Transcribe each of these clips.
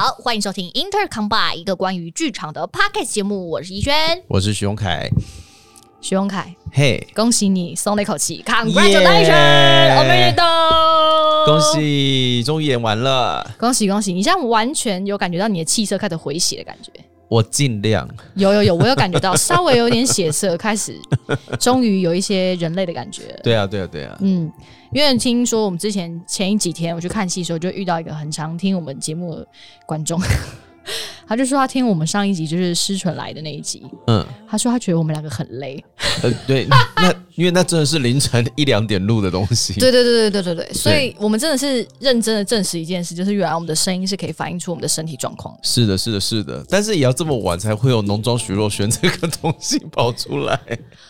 好，欢迎收听 Intercom 一个关于剧场的 Podcast 节目，我是怡轩， 我是徐荣凯。 徐荣凯， 嘿， 恭喜你松了一口气 ，Congratulations， おめでとう！ 恭喜，终于演完了， 恭喜恭喜！你现在完全有感觉到你的气色开始回血的感觉。 我尽量。 有，我有感觉到，稍微有点血色，开始，终于有一些人类的感觉。 对啊。 因为听说我们前几天我去看戏的时候，就遇到一个很常听我们节目的观众，他就说他听我们上一集就是施纯来的那一集，他说他觉得我们两个很累。 对，因为那真的是凌晨1、2点录的东西。 对，所以我们真的是认真的证实一件事，就是原来我们的声音是可以反映出我们的身体状况。是的，但是也要这么晚才会有浓妆徐若瑄这个东西跑出来。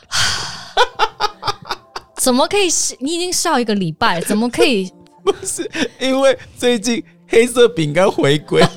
怎么可以？你已经笑1个礼拜了，怎么可以？ 不是因为最近黑色饼干回归。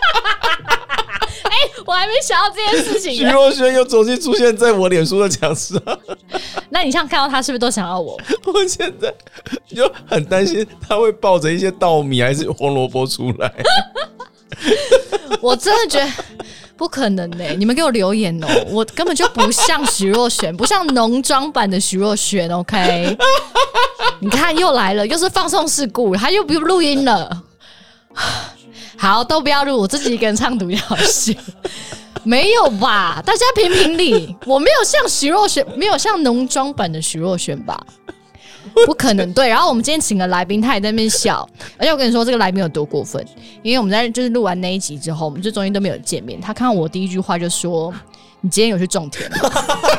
我还没想到这件事情。 徐若瑄又重新出现在我脸书的墙上。 那你像看到他是不是都想要我？ 我现在就很担心他会抱着一些稻米还是红萝卜出来。 我真的觉得不可能欸，你们给我留言哦，我根本就不像徐若瑄，不像浓妆版的徐若瑄 ，OK？ 你看又来了，又是放送事故，他又不录音了。好，都不要录，我自己一个人唱独角戏。没有吧？大家评评理，我没有像徐若瑄，没有像浓妆版的徐若瑄吧？不可能。对，然后我们今天请了来宾，他也在那边笑，而且我跟你说这个来宾有多过分，因为我们在就是录完那一集之后，我们就中间都没有见面，他看到我第一句话就说：“你今天有去种田吗？”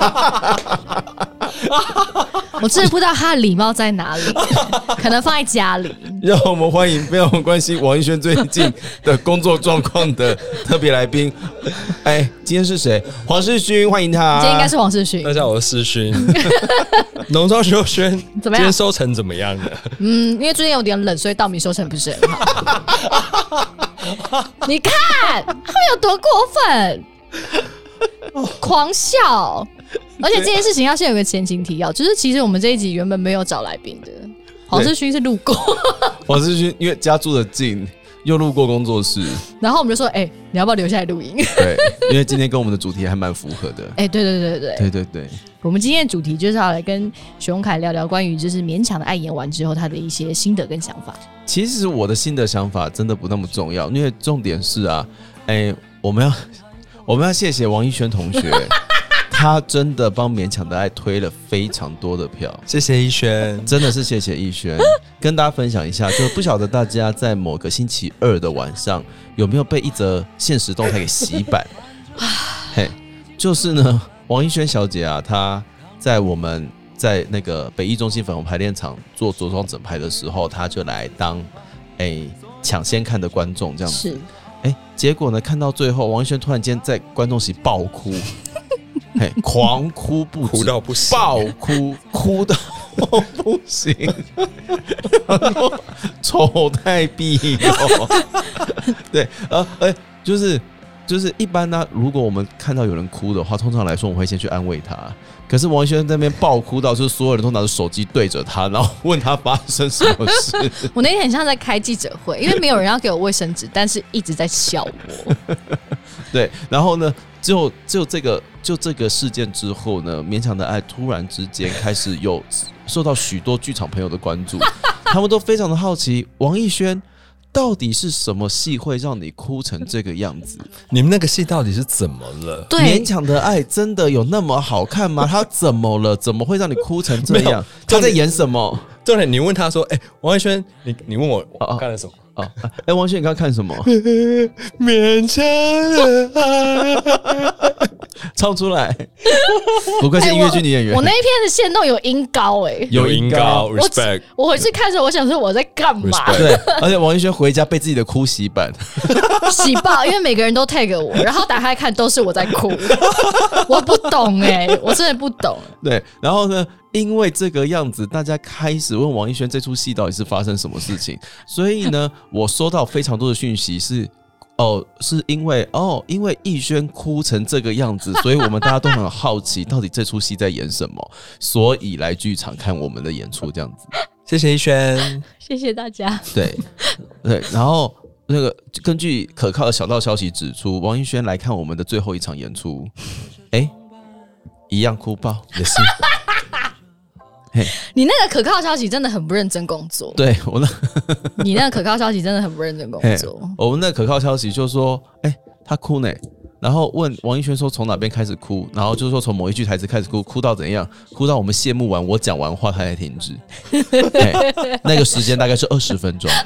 我真的不知道他的礼貌在哪里，可能放在家里。 让我们欢迎非常关心王一轩最近的工作状况的特别来宾。今天是谁？黄世勋，欢迎他。 今天应该是黄世勋。 大家好，我是世勋。浓妆徐若瑄怎么样？ 今天收成怎么样呢？ 因为最近有点冷，所以稻米收成不是很好。你看他们有多过分，狂笑。而且这件事情要先有个前情提要，就是其实我们这一集原本没有找来宾的，黄世勋是路过。 黄世勋因为家住的近，又路过工作室， 然后我们就说：“你要不要留下来录音？” 对，因为今天跟我们的主题还蛮符合的。对， 我们今天的主题就是要来跟徐荣凯聊聊关于就是勉强的爱演完之后他的一些心得跟想法。 其实我的心得想法真的不那么重要，因为重点是我们要谢谢王一轩同学。他真的帮勉强的爱推了非常多的票， 谢谢逸轩， 真的是谢谢逸轩。跟大家分享一下，就不晓得大家在某个星期二的晚上有没有被一则现实动态给洗版？就是呢，王一轩小姐啊，她在我们在那个北艺中心粉红排练场做着装整排的时候，她就来当抢先看的观众这样子。结果呢，看到最后，王一轩突然间在观众席爆哭。狂哭不止， 哭到不行， 爆哭到不行，丑太毙了。对，就是一般呢，如果我们看到有人哭的话，通常来说我们会先去安慰他。可是王一轩在那边爆哭到，就是所有人都拿着手机对着他，然后问他发生什么事。 我那天很像在开记者会，因为没有人要给我卫生纸，但是一直在笑我。 对，然后呢，就这个事件之后呢，勉强的爱突然之间开始有受到许多剧场朋友的关注，他们都非常的好奇王一轩到底是什么戏会让你哭成这个样子？ 你们那个戏到底是怎么了？ 对， 勉强的爱真的有那么好看吗？他怎么了？怎么会让你哭成这样？他在演什么？ 重点，你问他说：“王一轩，你问我看了什么？” 王一轩，你刚刚看什么？ 勉强的爱， 唱出来！不愧是音乐剧女演员。 我那一篇的限动有音高有音高 ，respect。 我回去看的时候，我想说我在干嘛？ 对，而且王一轩回家被自己的哭洗版， 洗爆，因为每个人都 tag 我，然后打开看都是我在哭，我不懂我真的不懂。 对，然后呢？因为这个样子，大家开始问王一轩这出戏到底是发生什么事情，所以呢，我收到非常多的讯息是因为逸轩哭成这个样子，所以我们大家都很好奇，到底这出戏在演什么，所以来剧场看我们的演出这样子。 谢谢逸轩， 谢谢大家。 对，然后那个根据可靠的小道消息指出，王一轩来看我们的最后一场演出，一样哭爆也是。 你那个可靠消息真的很不认真工作。 对我你那个可靠消息真的很不认真工作。 我们那个可靠消息就说，他哭呢。然后问王一轩说从哪边开始哭，然后就说从某一句台词开始哭，哭到怎样？哭到我们谢幕完，我讲完话他才停止。那个时间大概是20分钟。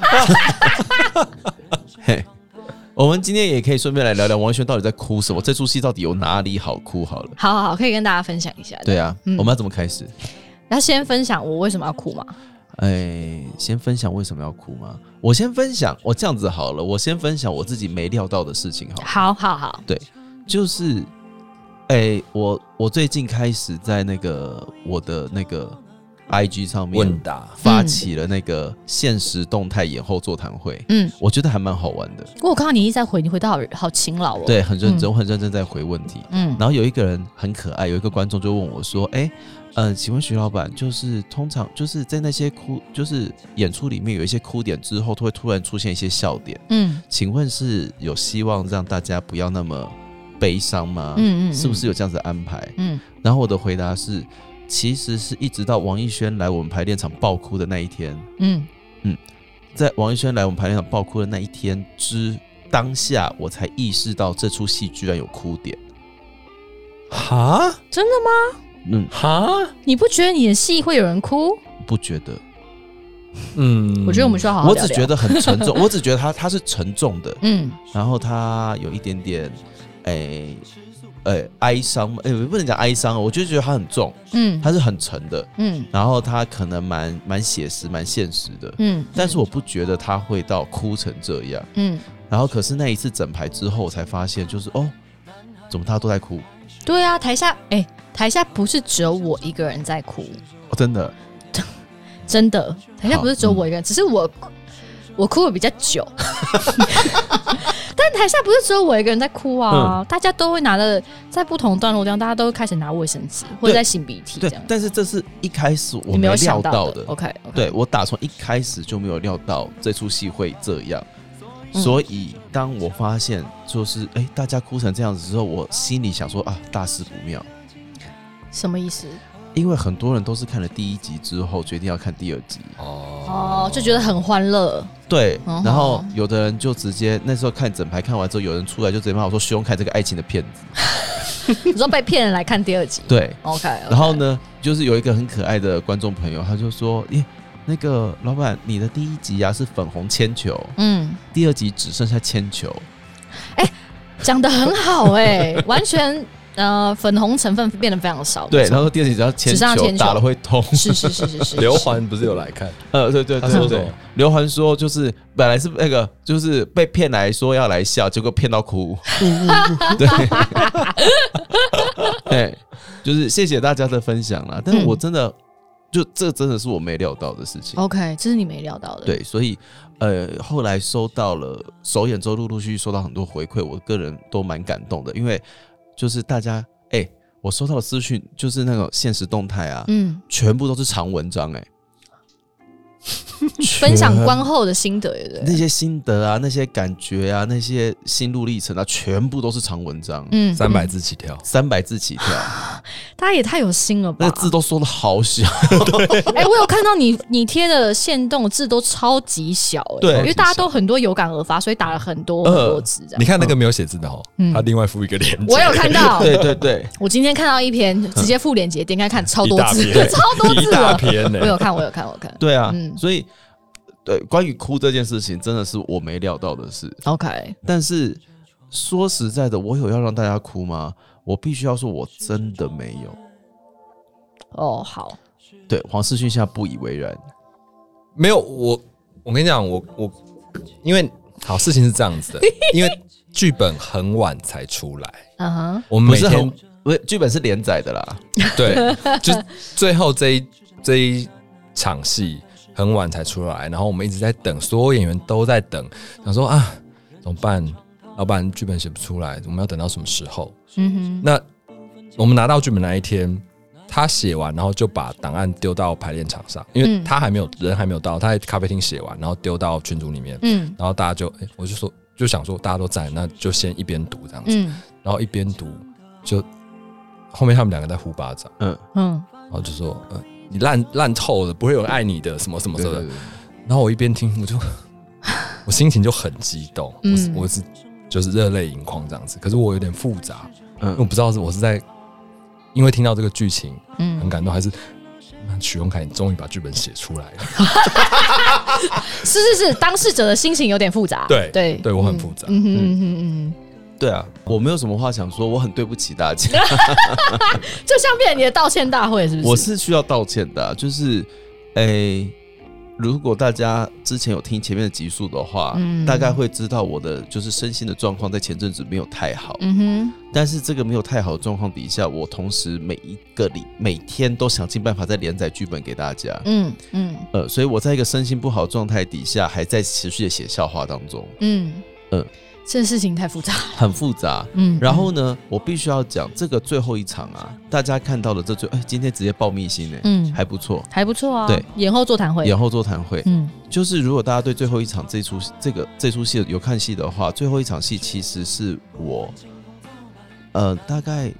我们今天也可以顺便来聊聊王一轩到底在哭什么，这出戏到底有哪里好哭好了。 好，可以跟大家分享一下。 对啊，我们要怎么开始？ 要先分享我为什么要哭吗？ 先分享为什么要哭吗？我先分享，我这样子好了，我先分享我自己没料到的事情好了。 好， 对，就是我最近开始在那个我的那个 IG 上面问答发起了那个限时动态演后座谈会，我觉得还蛮好玩的。 我看到你一直在回，你回到好勤劳哦。 对，很认真，我很认真在回问题。然后有一个人很可爱，有一个观众就问我说：“请问徐老板，就是通常就是在那些哭，就是演出里面有一些哭点之后，都会突然出现一些笑点。请问是有希望让大家不要那么悲伤吗？是不是有这样子的安排？然后我的回答是，其实是一直到王一轩来我们排练场爆哭的那一天，在王一轩来我们排练场爆哭的那一天之当下，我才意识到这出戏居然有哭点。 哈？ 真的吗？ 哈？ 你不觉得你的戏会有人哭？ 不觉得。 我觉得我们需要好好聊聊。 我只觉得很沉重，我只觉得它是沉重的，然后它有一点点，哀伤，不能讲哀伤，我就觉得它很重，它是很沉的，然后它可能蛮写实、蛮现实的，但是我不觉得它会到哭成这样，然后可是那一次整排之后，我才发现就是怎么大家都在哭？ 对啊，台下不是只有我一个人在哭， 真的， 真的，台下不是只有我一个人，只是我哭的比较久。但台下不是只有我一个人在哭啊，大家都会拿着，在不同段落这样，大家都会开始拿卫生纸或者在擤鼻涕这样。 但是这是一开始我没有料到的。 OK， 对，我打从一开始就没有料到这出戏会这样，所以当我发现就是大家哭成这样子之后，我心里想说大事不妙。 什么意思？ 因为很多人都是看了第1集之后决定要看第2集， 就觉得很欢乐。 对，然后有的人就直接那时候看整排看完之后，有人出来就直接骂我说：“徐荣凯这个爱情的骗子。” 你说被骗人来看第2集？ 对 ，OK。 然后呢，就是有一个很可爱的观众朋友，他就说：“那个老板，你的第1集是粉红铅球，第2集只剩下铅球。” 讲得很好完全。粉红成分变得非常少。 对，然后第2集只要铅球打了会痛。 是。 刘环不是有来看？ 对，他说对。刘环说就是本来是那个就是被骗来说要来笑，结果骗到哭。对，就是谢谢大家的分享啦。但是我真的这真的是我没料到的事情。 OK， 这是你没料到的。 对，所以后来收到了首演之后，陆陆续续收到很多回馈，我个人都蛮感动的，因为。就是大家我收到的资讯就是那种限时动态全部都是长文章分享观后的心得，对， 那些心得啊，那些感觉啊，那些心路历程啊，全部都是长文章 ，300字起跳 ，300字起跳， 他也太有心了吧？ 那字都说的好小。 我有看到你贴的限动字都超级小， 对， 因为大家都很多有感而发，所以打了很多字。 你看那个没有写字的他另外附一个链接， 我有看到， 对， 我今天看到一篇直接附链接，点开看超多字，超多字， 一大篇我有看， 对啊，所以。对，关于哭这件事情，真的是我没料到的事。 OK， 但是说实在的，我有要让大家哭吗？我必须要说，我真的没有。 好。 对，黄世勋现在不以为然。 没有，我跟你讲，我因为事情是这样子的，因为剧本很晚才出来。我们每天不是剧本是连载的啦。 对，就最后这一场戏。很晚才出来，然后我们一直在等，所有演员都在等，想说怎么办？老板剧本写不出来，我们要等到什么时候？那我们拿到剧本那一天， 他写完，然后就把档案丢到排练场上，因为他人还没有到，他在咖啡厅写完，然后丢到群组里面，然后大家就，我就想说大家都在，那就先一边读这样子，然后一边读，就后面他们两个在呼巴掌，然后就说，你烂透了，不会有人爱你的，什么什么的，然后我一边听，我心情就很激动，我是就是热泪盈眶这样子，可是我有点复杂，因为我不知道我是在因为听到这个剧情很感动，还是许荣凯你终于把剧本写出来了。 是，当事者的心情有点复杂。 对，我很复杂。 对啊，我没有什么话想说，我很对不起大家。 就像变成你的道歉大会，是不是？ 我是需要道歉的就是如果大家之前有听前面的集数的话，大概会知道我的就是身心的状况在前阵子没有太好。但是这个没有太好的状况底下，我同时每天都想尽办法在连载剧本给大家。所以我在一个身心不好的状态底下，还在持续的写笑话当中。 这事情太复杂， 很复杂。然后呢，我必须要讲这个最后一场啊，大家看到了今天直接爆秘辛还不错， 还不错啊。 对， 延后座谈会， 就是如果大家对最后一场这出戏有看戏的话，最后一场戏其实是我大概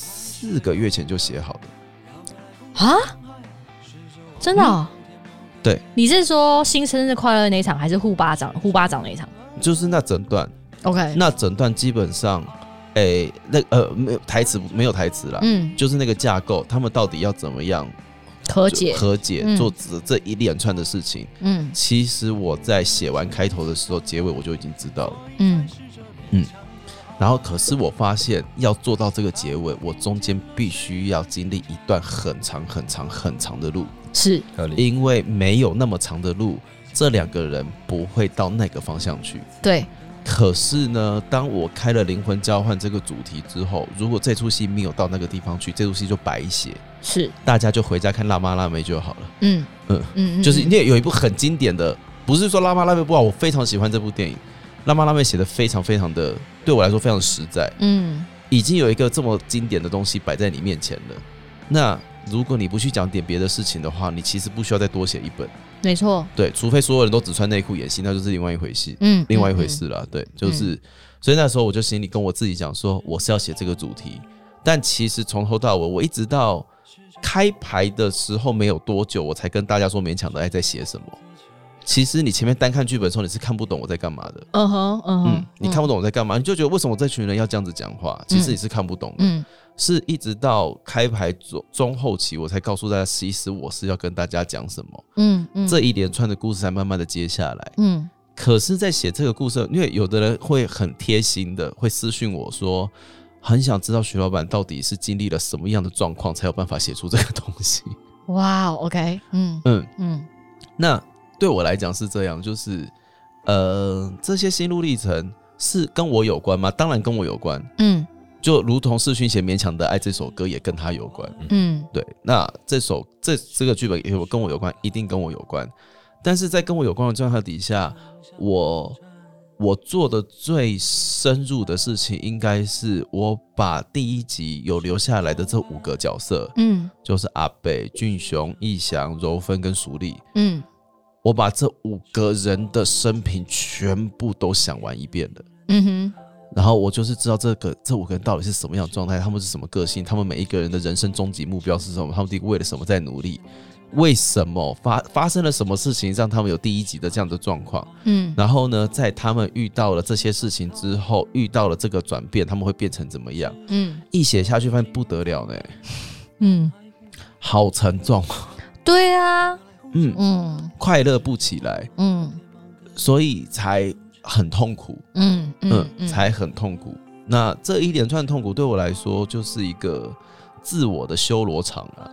4个月前就写好的。 啊？真的哦？ 对， 你是说新生日快乐那一场，还是呼巴掌那一场？ 就是那整段。 OK， 那整段基本上，没有台词啦，就是那个架构，他们到底要怎么样和解，做这一连串的事情，其实我在写完开头的时候，结尾我就已经知道了，然后可是我发现要做到这个结尾，我中间必须要经历一段很长的路， 是因为没有那么长的路，这2个人不会到那个方向去， 对。 可是呢，当我开了灵魂交换这个主题之后，如果这出戏没有到那个地方去，这出戏就白写，是大家就回家看辣妈辣妹就好了。就是因为有一部很经典的，不是说辣妈辣妹不好，我非常喜欢这部电影，辣妈辣妹写的非常的，对我来说非常实在。已经有一个这么经典的东西摆在你面前了，那如果你不去讲点别的事情的话，你其实不需要再多写一本。 没错， 对，除非所有人都只穿内裤演戏，那就是另外一回事，另外一回事啦。对，就是，所以那时候我就心里跟我自己讲说，我是要写这个主题，但其实从头到尾，我一直到开排的时候没有多久，我才跟大家说勉强的爱在写什么。其实你前面单看剧本的时候，你是看不懂我在干嘛的。你看不懂我在干嘛，你就觉得为什么这群人要这样子讲话？其实你是看不懂的。是一直到开排中后期，我才告诉大家，其实我是要跟大家讲什么。这一连串的故事才慢慢的接下来。可是，在写这个故事，因为有的人会很贴心的会私讯我说，很想知道徐老板到底是经历了什么样的状况，才有办法写出这个东西。 哇 ，OK， 那对我来讲是这样，就是这些心路历程是跟我有关吗？当然跟我有关。就如同世勋写《勉强的爱》这首歌也跟他有关。对，那这个剧本也跟我有关，一定跟我有关。但是在跟我有关的状态底下，我做的最深入的事情，应该是我把第1集有留下来的这5个角色，就是阿北、俊雄、义祥、柔芬跟淑丽，我把这5个人的生平全部都想完一遍了。然后我就是知道这5个人到底是什么样的状态，他们是什么个性，他们每一个人的人生终极目标是什么，他们为了什么在努力，为什么发生了什么事情让他们有第1集的这样的状况。然后呢，在他们遇到了这些事情之后，遇到了这个转变，他们会变成怎么样？一写下去发现不得了呢。好沉重。对啊。快乐不起来。所以才很痛苦。才很痛苦。那这一连串痛苦对我来说就是一个自我的修罗场啊。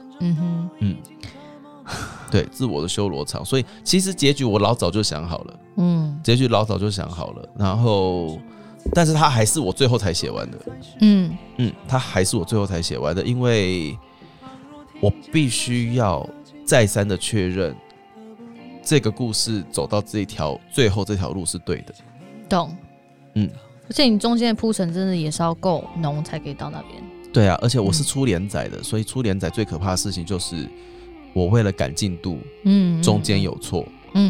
对，自我的修罗场。所以其实结局我老早就想好了。结局老早就想好了。然后，但是它还是我最后才写完的。它还是我最后才写完的，因为我必须要再三的确认这个故事走到最后这条路是对的。懂。而且你中间的铺陈真的也是要够浓才可以到那边。 对啊，而且我是出连载的，所以出连载最可怕的事情就是我为了赶进度，中间有错，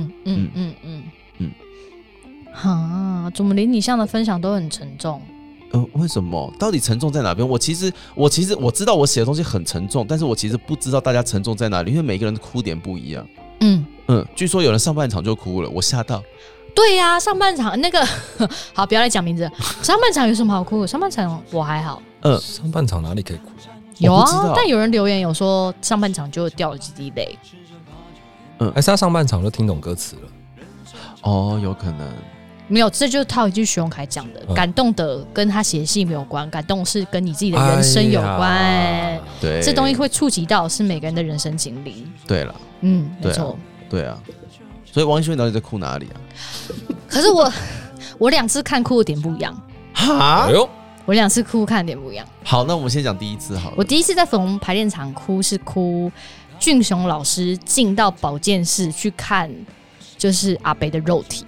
哈，怎么连你像的分享都很沉重？ 为什么？到底沉重在哪边？我其实我知道我写的东西很沉重，但是我其实不知道大家沉重在哪里，因为每个人的哭点不一样。据说有人上半场就哭了，我吓到。 对呀，上半场那个好，不要来讲名字。上半场有什么好哭的？上半场我还好。 上半场哪里可以哭？ 有啊，但有人留言有说上半场就掉了几滴泪。 还是他上半场就听懂歌词了？ 哦，有可能。 没有，这就是套一句徐荣凯讲的，感动的跟他写戏没有关，感动是跟你自己的人生有关。 对， 这东西会触及到是每个人的人生经历。 对了， 没错， 对啊。所以王一轩到底在哭哪里啊？ 可是我2次看哭的点不一样。 哈？ 我2次哭看的点不一样。 好，那我们先讲第一次好了。 我第一次在粉红排练场哭是哭俊雄老师进到保健室去看，就是阿北的肉体。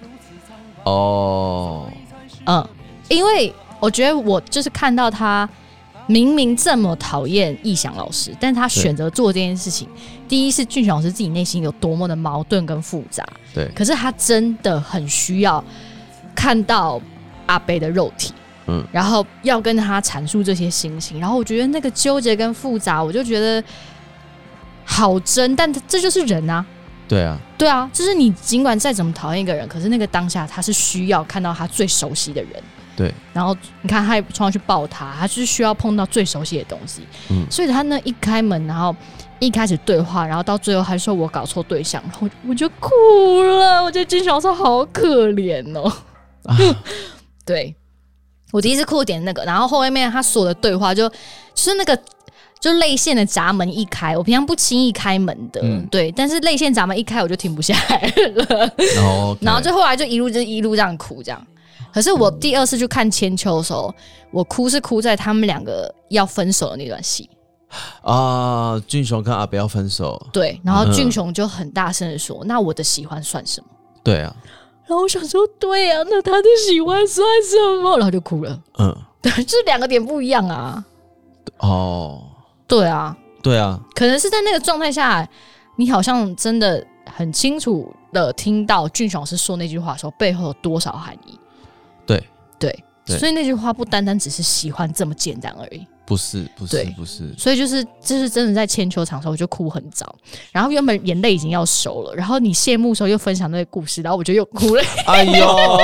因为我觉得我就是看到他明明这么讨厌逸翔老师，但他选择做这件事情。第一是俊雄老师自己内心有多么的矛盾跟复杂， 对。 可是他真的很需要看到阿北的肉体，然后要跟他阐述这些心情。然后我觉得那个纠结跟复杂，我就觉得好真，但这就是人啊。 对啊， 对啊，就是你尽管再怎么讨厌一个人，可是那个当下他是需要看到他最熟悉的人。 对， 然后你看他也冲上去抱他，他就是需要碰到最熟悉的东西。所以他那一开门，然后一开始对话，然后到最后还说我搞错对象，然后我就哭了。我觉得金小说好可怜哦。对，我第一次哭点那个，然后后面他所有的对话就是那个。就泪腺的闸门一开，我平常不轻易开门的，对，但是泪腺闸门一开，我就停不下来了。然后就后来就一路这样哭这样。可是我第2次去看千秋的时候，我哭是哭在他们2个要分手的那段戏啊，俊雄跟阿北要分手， 对，然后俊雄就很大声的说：“那我的喜欢算什么？” 对啊， 然后我想说：“对啊，那他的喜欢算什么？”然后就哭了。对，就是2个点不一样啊。对啊，可能是在那个状态下，你好像真的很清楚的听到俊雄老师说那句话的时候背后有多少含义。对，所以那句话不单单只是喜欢这么简单而已。不是，所以就是真的在千秋场的时候我就哭很早，然后原本眼泪已经要收了，然后你谢幕的时候又分享那个故事，然后我就又哭了。哎呦，我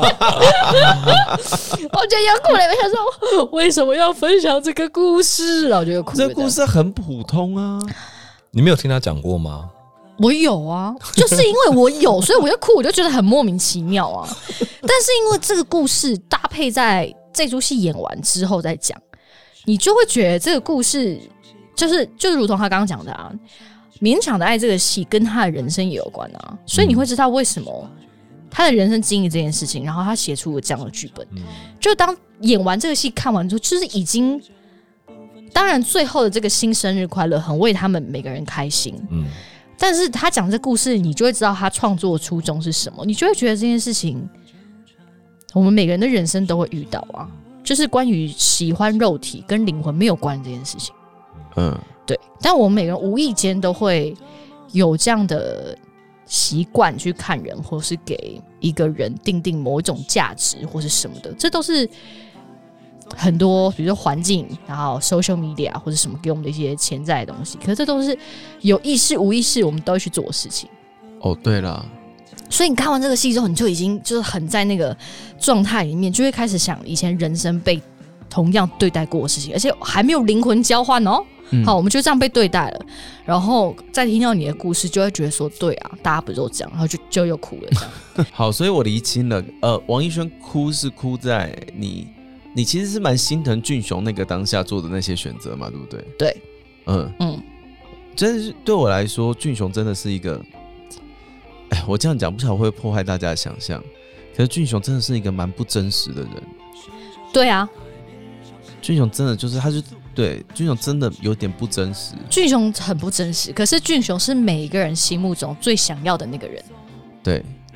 就又哭了，我想说为什么要分享这个故事，然后我就又哭了。 这个故事很普通啊， 你没有听他讲过吗？ 我有啊，就是因为我有，所以我就哭，我就觉得很莫名其妙啊。但是因为这个故事搭配在这出戏演完之后再讲，你就会觉得这个故事就如同他刚刚讲的啊，勉强的爱这个戏跟他的人生也有关啊，所以你会知道为什么他的人生经历这件事情，然后他写出了这样的剧本。就当演完这个戏看完之后，就是已经，当然最后的这个新生日快乐很为他们每个人开心，但是他讲这故事，你就会知道他创作的初衷是什么，你就会觉得这件事情我们每个人的人生都会遇到啊，就是关于喜欢肉体跟灵魂没有关这件事情。对，但我们每个人无意间都会有这样的习惯去看人，或是给一个人定某一种价值或是什么的，这都是很多比如说环境，然后 social media 或者什么给我们的一些潜在的东西，可是这都是有意识无意识我们都会去做的事情。 对啦， 所以你看完这个戏之后，你就已经就是很在那个状态里面，就会开始想以前人生被同样对待过的事情，而且还没有灵魂交换哦。好，我们就这样被对待了，然后再听到你的故事，就会觉得说，对啊，大家不都这样，然后就又哭了这样。 好，所以我厘清了，王一轩哭是哭在你其实是蛮心疼俊雄那个当下做的那些选择嘛，对不对？ 对， 真的是对我来说，俊雄真的是一个，我这样讲不晓得会破坏大家的想象，可是俊雄真的是一个蛮不真实的人。 对啊， 俊雄真的就是，对，俊雄真的有点不真实。 俊雄很不真实，可是俊雄是每一个人心目中最想要的那个人。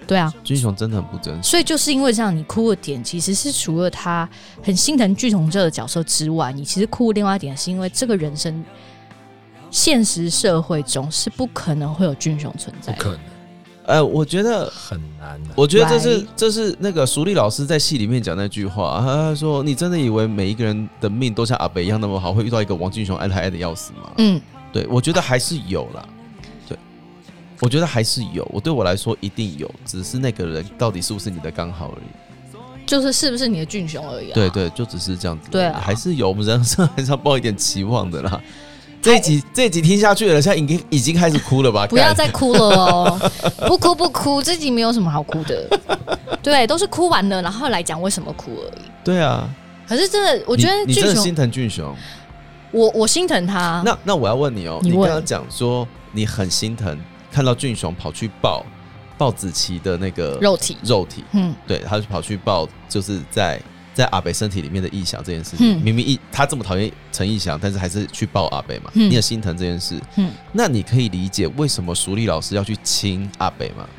对啊， 俊雄真的很不真实。 所以就是因为这样，你哭的点其实是除了他很心疼俊雄这个角色之外，你其实哭的另外一点是因为这个人生现实社会中是不可能会有俊雄存在的， 不可能。 我觉得很难啊。 我觉得这是那个淑丽老师在戏里面讲那句话，他说：“你真的以为每一个人的命都像阿北一样那么好，会遇到一个王俊雄爱他爱的要死吗？”对，我觉得还是有啦。对，我觉得还是有。对我来说一定有，只是那个人到底是不是你的刚好而已， 就是是不是你的俊雄而已啊。 对对，就只是这样子。 对啊， 还是有，我们人生还是要抱一点期望的啦。这一集听下去了，现在已经开始哭了吧？ 不要再哭了哦！不哭，这集没有什么好哭的。对，都是哭完了，然后来讲为什么哭而已。 对啊， 可是真的，我觉得你真的心疼俊雄， 我心疼他。 那我要问你哦，你刚刚讲说你很心疼看到俊雄跑去抱子琪的那个肉体，对，他就跑去抱，就是在阿北身体里面的义祥这件事情，明明他这么讨厌陈义祥，但是还是去抱阿北嘛，你很心疼这件事。那你可以理解为什么淑丽老师要去亲阿北吗？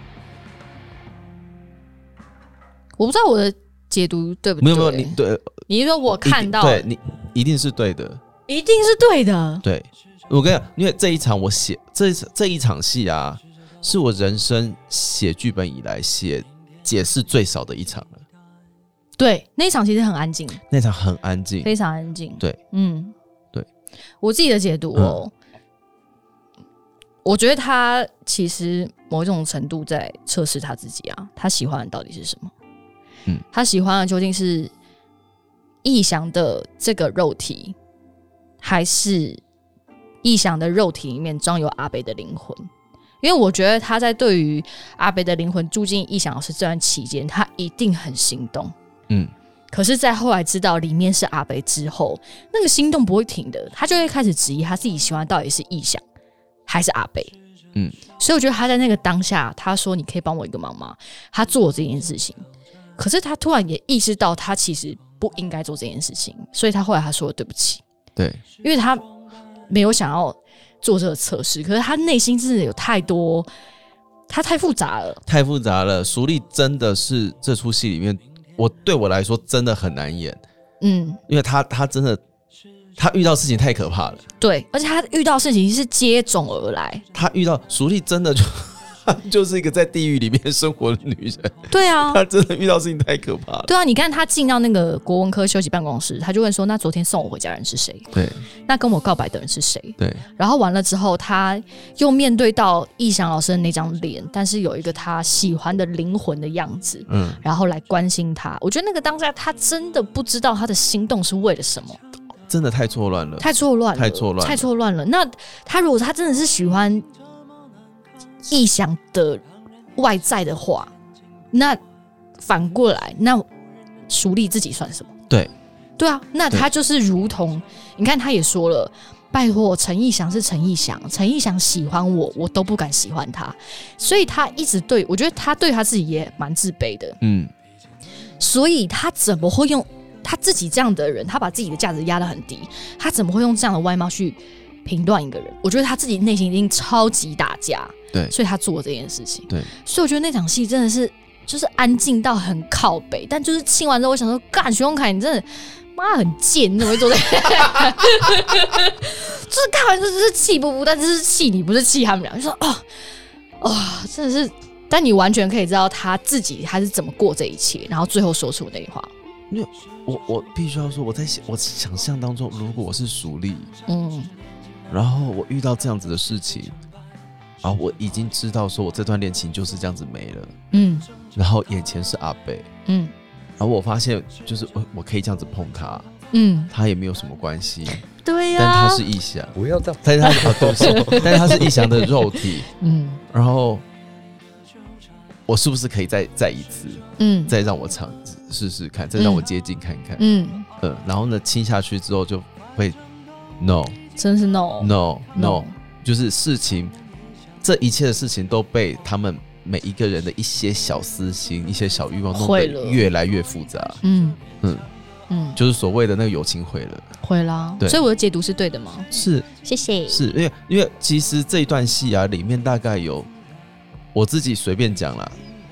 我不知道我的解读对不对？ 没有，你对， 你说我看到， 对你一定是对的， 一定是对的。 对，我跟你讲，因为这一场我写这一场戏啊，是我人生写剧本以来写解释最少的一场了。 对，那一场其实很安静， 那场很安静， 非常安静。 对，对， 我自己的解读哦，我觉得他其实某种程度在测试他自己啊，他喜欢的到底是什么？他喜欢的究竟是义祥的这个肉体，还是义祥的肉体里面装有阿北的灵魂？因为我觉得他在对于阿北的灵魂住进义祥老师这段期间，他一定很心动。可是在后来知道里面是阿北之后，那个心动不会停的，他就会开始质疑他自己喜欢到底是义祥还是阿北。所以我觉得他在那个当下，他说你可以帮我一个忙吗？他做了这件事情，可是他突然也意识到他其实不应该做这件事情，所以他后来他说了对不起。 对， 因为他没有想要做这个测试，可是他内心真的有太多，他太复杂了。 淑丽真的是这出戏里面，对我来说真的很难演。因为他真的，他遇到事情太可怕了。对， 而且他遇到事情是接踵而来。 他遇到淑丽真的就是一个在地狱里面生活的女人。 对啊， 她真的遇到事情太可怕了。 对啊，你看她进到那个国文科休息办公室，她就问说：“那昨天送我回家的人是谁？ 对， 那跟我告白的人是谁？” 对， 然后完了之后，她又面对到义祥老师的那张脸，但是有一个她喜欢的灵魂的样子，然后来关心她。我觉得那个当下，她真的不知道她的心动是为了什么。 真的太错乱了。 那她如果她真的是喜欢义祥的外在的话，那反过来，那淑丽自己算什么？对啊，那他就是如同你看，他也说了，拜托，陈义祥是陈义祥，陈义祥喜欢我，我都不敢喜欢他，所以他一直我觉得他对他自己也蛮自卑的。所以他怎么会用他自己这样的人，他把自己的价值压得很低，他怎么会用这样的外貌去评断一个人？我觉得他自己内心一定超级打架。 对， 所以他做这件事情。 对， 所以我觉得那场戏真的是就是安静到很靠北，但就是亲完之后，我想说，干徐荣凯，你真的妈很贱，你怎么会做这样？就是看完就是气不不，但是气你，不是气他们俩。就说真的是，但你完全可以知道他自己他是怎么过这一切，然后最后说出那句话。 因为我必须要说，我想象当中，如果我是淑丽，然后我遇到这样子的事情。然后我已经知道说我这段恋情就是这样子没了，然后眼前是阿北，然后我发现就是我可以这样子碰他，他也没有什么关系， 对呀， 但他是义祥， 不要这样， 但是他是义祥的肉体，然后我是不是可以再一次，再让我试试看，再让我接近看看，然后呢亲下去之后就会 no， 真是 no， 就是事情。这一切的事情都被他们每一个人的一些小私心、一些小欲望弄得越来越复杂。就是所谓的那个友情毁了。 所以我的解读是对的吗？ 是， 谢谢。 是因为其实这一段戏啊，里面大概有我自己随便讲啦，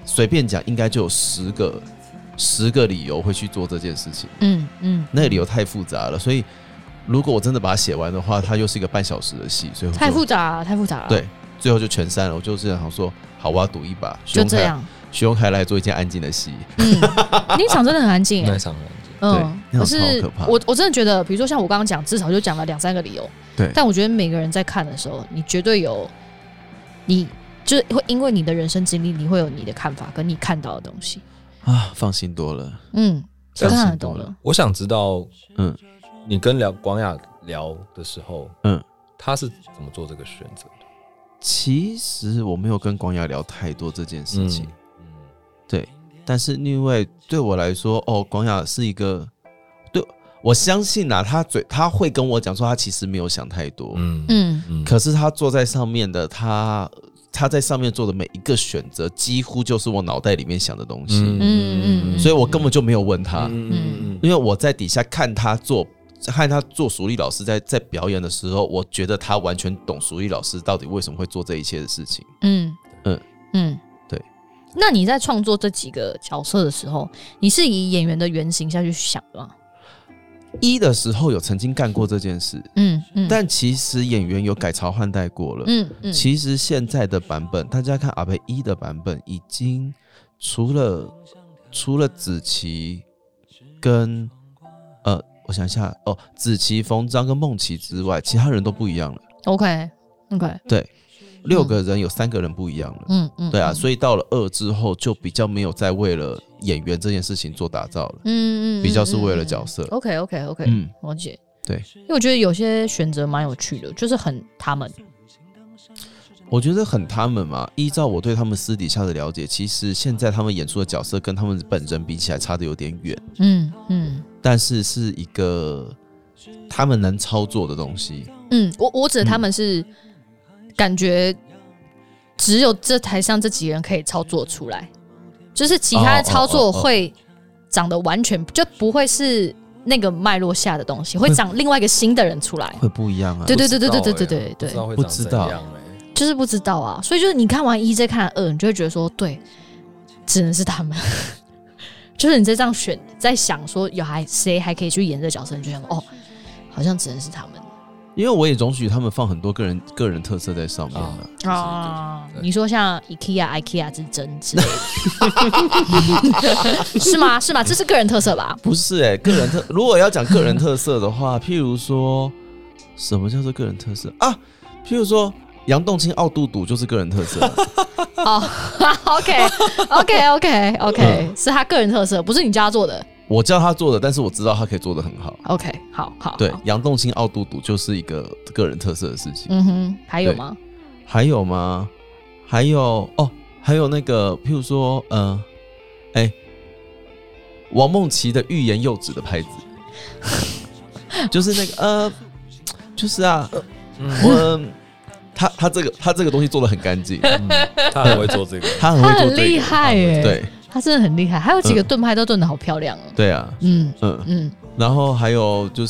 随便讲应该就有10个理由会去做这件事情。那个理由太复杂了，所以如果我真的把它写完的话，它又是一个半小时的戏，所以太复杂了。 对，最后就全删了。我就是想说，好，我要赌一把， 就这样。 徐荣凯来做一件安静的戏。 那场真的很安静， 那场很安静。 对， 可是超可怕。 我真的觉得，比如说像我刚刚讲，至少就讲了2-3个理由。 对， 但我觉得每个人在看的时候，你绝对有，你就会因为你的人生经历，你会有你的看法跟你看到的东西啊，放心多了。 我看得懂了。 我想知道，你跟广雅聊的时候，他是怎么做这个选择的？ 其实我没有跟广雅聊太多这件事情，对。但是因为对我来说，广雅是一个，对我相信啊，他会跟我讲说，他其实没有想太多，可是他坐在上面的他在上面做的每一个选择，几乎就是我脑袋里面想的东西，所以我根本就没有问他，因为我在底下看他做淑丽老师在表演的时候，我觉得他完全懂淑丽老师到底为什么会做这一切的事情。对。 那你在创作这几个角色的时候，你是以演员的原型下去想的吗？1 的时候有曾经干过这件事，但其实演员有改朝换代过了。其实现在的版本，大家看阿培1的版本，已经除了子琪跟我想一下子琪、冯章跟孟琪之外，其他人都不一样了。 OK， 对，6个人有3个人不一样了。对啊，所以到了2之后，就比较没有再为了演员这件事情做打造了。比较是为了角色。 OK， 我解。 对， 因为我觉得有些选择蛮有趣的，就是很他们。 我觉得很他们嘛，依照我对他们私底下的了解，其实现在他们演出的角色跟他们本人比起来差得有点远。但是是一个他们能操作的东西。 我指的他们是感觉只有这台上这几个人可以操作出来，就是其他的操作会长得完全就不会是那个脉络下的东西，会长另外一个新的人出来， 会不一样啊。 对， 不知道， 就是不知道啊。所以就是你看完1再看2，你就会觉得说，对，只能是他们。就是你在这样选，在想说谁还可以去演这个角色，你就想好像只能是他们。 因为我也容许他们放很多个人特色在上面了。 你说像 IKEA 之争之类的，是吗？这是个人特色吧？ 不是个人特。如果要讲个人特色的话，譬如说，什么叫做个人特色啊？譬如说，杨栋清傲嘟嘟就是个人特色。OK， 是他个人特色，不是你叫他做的。我叫他做的，但是我知道他可以做得很好。 OK， 好。 对，杨栋清傲嘟嘟就是一个个人特色的事情。 还有吗？ 还有那个，譬如说，王梦琪的欲言又止的拍子，就是那个就是啊，他这个东西做得很干净， 他很会做这个， 他很厉害耶， 对， 他真的很厉害，还有几个盾拍都盾得好漂亮哦。 对啊，然后还有就是，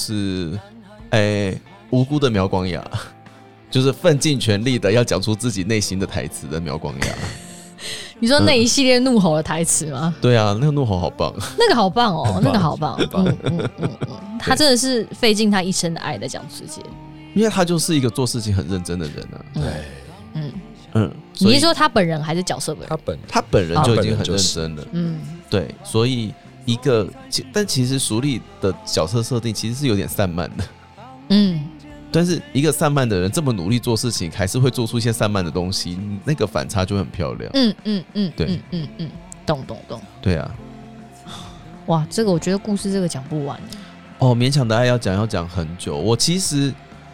无辜的苗光雅，就是奋尽全力的要讲出自己内心的台词的苗光雅。 你说那一系列怒吼的台词吗？ 对啊，那个怒吼好棒， 那个好棒哦，那个好棒，他真的是费尽他一生的爱在讲自己， 因为他就是一个做事情很认真的人啊。 对， 你是说他本人还是角色本人？ 他本人就已经很认真了。对，所以但其实淑丽的角色设定其实是有点散漫的。但是一个散漫的人这么努力做事情，还是会做出一些散漫的东西，那个反差就会很漂亮。对， 懂。 对啊， 哇，这个我觉得故事这个讲不完。 勉强的爱要讲很久。我其实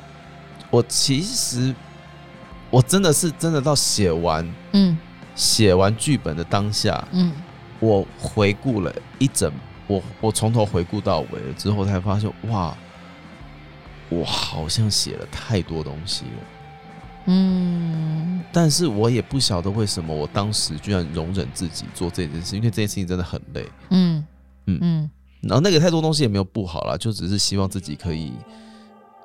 我真的到写完剧本的当下，我回顾了我从头回顾到尾了之后，才发现哇。我好像写了太多东西了，但是我也不晓得为什么我当时居然容忍自己做这件事，因为这件事情真的很累，然后那个太多东西也没有不好啦，就只是希望自己可以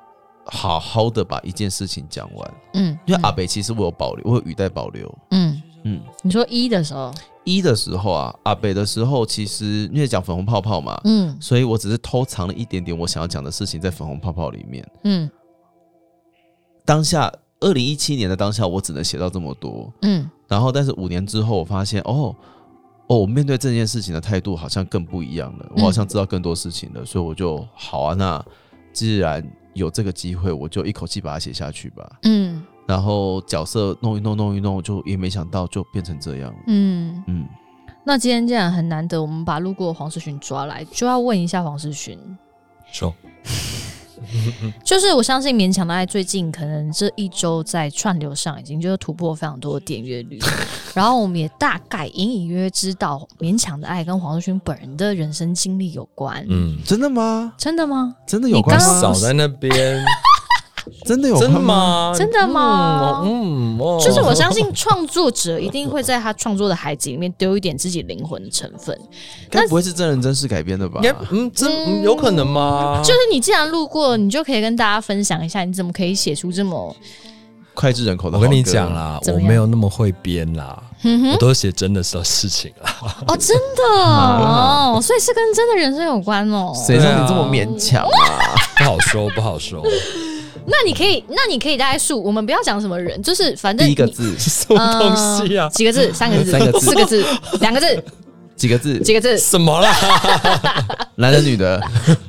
好好的把一件事情讲完，因为阿北其实我有语带保留， 你说1的时候 ，1的时候啊，阿北的时候，其实因为讲粉红泡泡嘛，所以我只是偷藏了一点点我想要讲的事情在粉红泡泡里面。当下2017年的当下，我只能写到这么多。然后但是5年之后，我发现我面对这件事情的态度好像更不一样了，我好像知道更多事情了，所以我就好啊，那既然有这个机会，我就一口气把它写下去吧。然后角色弄一弄，就也没想到就变成这样。 那今天既然很难得，我们把路过的黄世勋抓来，就要问一下黄世勋， 说， 就是我相信勉强的爱最近可能这1周在串流上已经就是突破非常多的点阅率，然后我们也大概隐隐约约知道勉强的爱跟黄世勋本人的人生经历有关。 真的吗？ 真的吗？ 真的有关吗？ 少在那边。 真的有关吗？ 真的吗？就是我相信创作者一定会在他创作的海景里面丢一点自己灵魂的成分。 该不会是真人真事改编的吧？ 有可能吗？ 就是你既然路过，你就可以跟大家分享一下，你怎么可以写出这么脍炙人口的好歌？ 我跟你讲啦，我没有那么会编啦，我都写真的事情啦。 哦，真的哦，所以是跟真的人生有关哦。 谁让你这么勉强啊？ 不好说。 那你可以大概数，我们不要讲什么人，就是反正第一个字什么东西啊？ 几个字？3个字？3个字？4个字？2个字？ 几个字？ 几个字？ 什么啦？ 男的女的？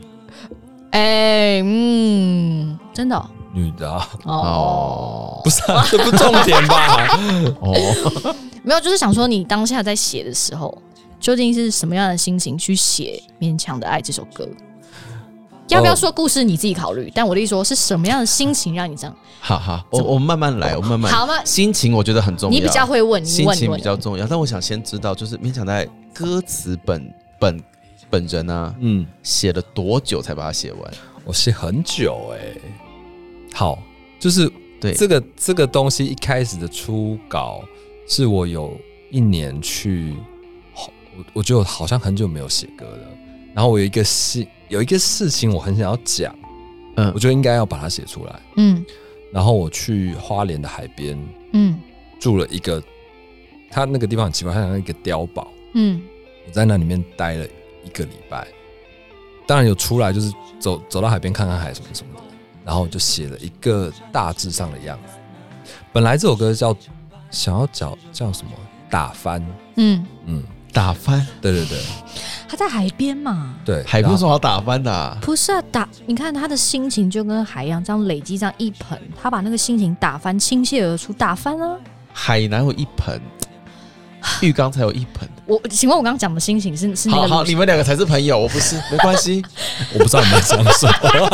真的女的啊？ 不是啊，这不重点吧？ 没有，就是想说你当下在写的时候，究竟是什么样的心情去写《勉强的爱》这首歌？要不要说故事你自己考虑，但我的意思说是什么样的心情让你这样？ 好，我慢慢来，我慢慢。 好吗？ 心情我觉得很重要， 你比较会问， 心情比较重要。但我想先知道，就是勉强在歌词本人啊，写了多久才把它写完？ 我写很久好，就是对这个东西一开始的初稿是我有1年去，我觉得我好像很久没有写歌了。然后我有一个事情我很想要讲，我就应该要把它写出来。然后我去花莲的海边，住了一个，它那个地方很奇怪，它像一个碉堡。我在那里面待了1个礼拜，当然有出来，就是走到海边看看海什么什么的，然后就写了一个大致上的样子。本来这首歌想要叫什么打翻， 打翻， 对， 他在海边嘛， 对， 海边有什么好打翻的啊？ 不是啊，你看他的心情就跟海一样，这样累积这样一盆，他把那个心情打翻，倾泻而出，打翻啊！ 海哪有一盆？浴缸才有一盆。 请问我刚刚讲的心情是那个？ 好，你们2个才是朋友，我不是，没关系。 我不知道你们讲什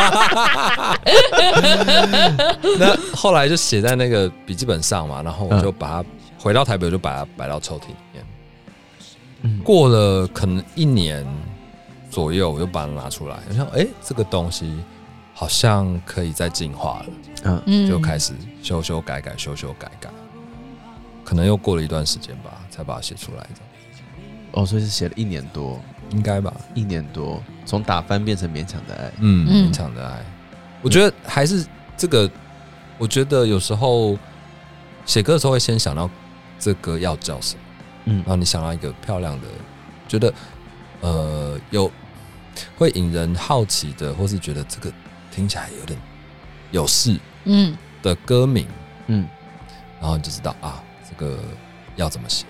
么。那后来就写在那个笔记本上嘛，然后我就把它回到台北，我就把它摆到抽屉里面。过了可能1年左右，我就把它拿出来，我想，这个东西好像可以再进化了，就开始修修改改，可能又过了一段时间吧，才把它写出来的。 所以是写了1年多， 应该吧 ？1年多，从打翻变成勉强的爱， 勉强的爱。我觉得还是这个，我觉得有时候写歌的时候会先想到这歌要叫什么。然后你想到一个漂亮的，觉得有会引人好奇的，或是觉得这个听起来有点有事的歌名，然后你就知道啊，这个要怎么写。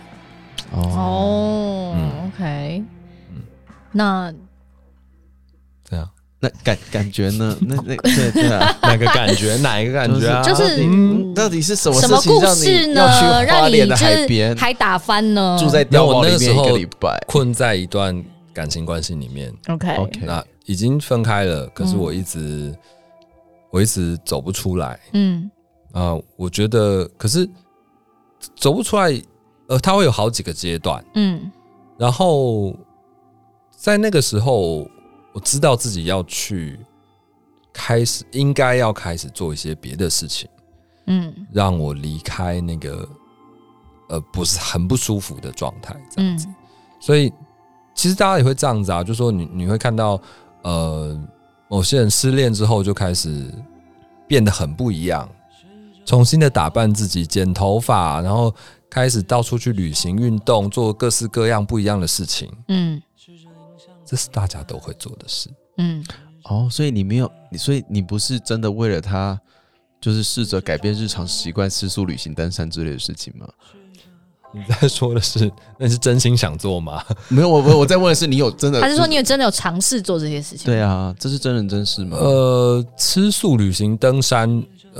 OK，那对啊， 那感觉呢？对啊， 哪个感觉？哪一个感觉啊？ 就是到底是什么什么故事呢？ 让你要去花莲的海边还打翻呢？ 住在碉堡里面1个礼拜， 困在一段感情关系里面。 OK， 那已经分开了，可是我一直走不出来。我觉得，可是走不出来，它会有好几个阶段。然后在那个时候，我知道自己要去应该要开始做一些别的事情，让我离开那个不是很不舒服的状态，这样子。所以其实大家也会这样子啊，就说你会看到某些人失恋之后就开始变得很不一样，重新的打扮自己，剪头发，然后开始到处去旅行、运动，做各式各样不一样的事情。这是大家都会做的事。 所以你没有，所以你不是真的为了他，就是试着改变日常习惯，吃素、旅行、登山之类的事情吗？ 你在说的是，那你是真心想做吗？ 没有，我在问的是你有真的， 还是说你有真的有尝试做这些事情？ 对啊，这是真人真事吗？ 吃素、旅行、登山，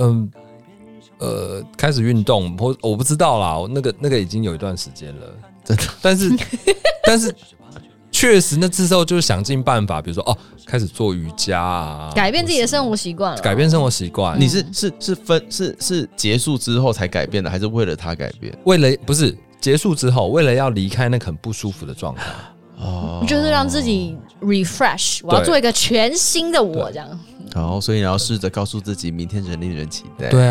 开始运动，我不知道啦，那个已经有一段时间了， 真的。 但是确实，那之后就是想尽办法，比如说开始做瑜伽啊， 改变自己的生活习惯了。 改变生活习惯， 你是结束之后才改变的，还是为了他改变？ 不是结束之后，为了要离开那个很不舒服的状态。 就是让自己 refresh， 我要做一个全新的我，这样。 所以你要试着告诉自己，明天人令人期待。 对啊，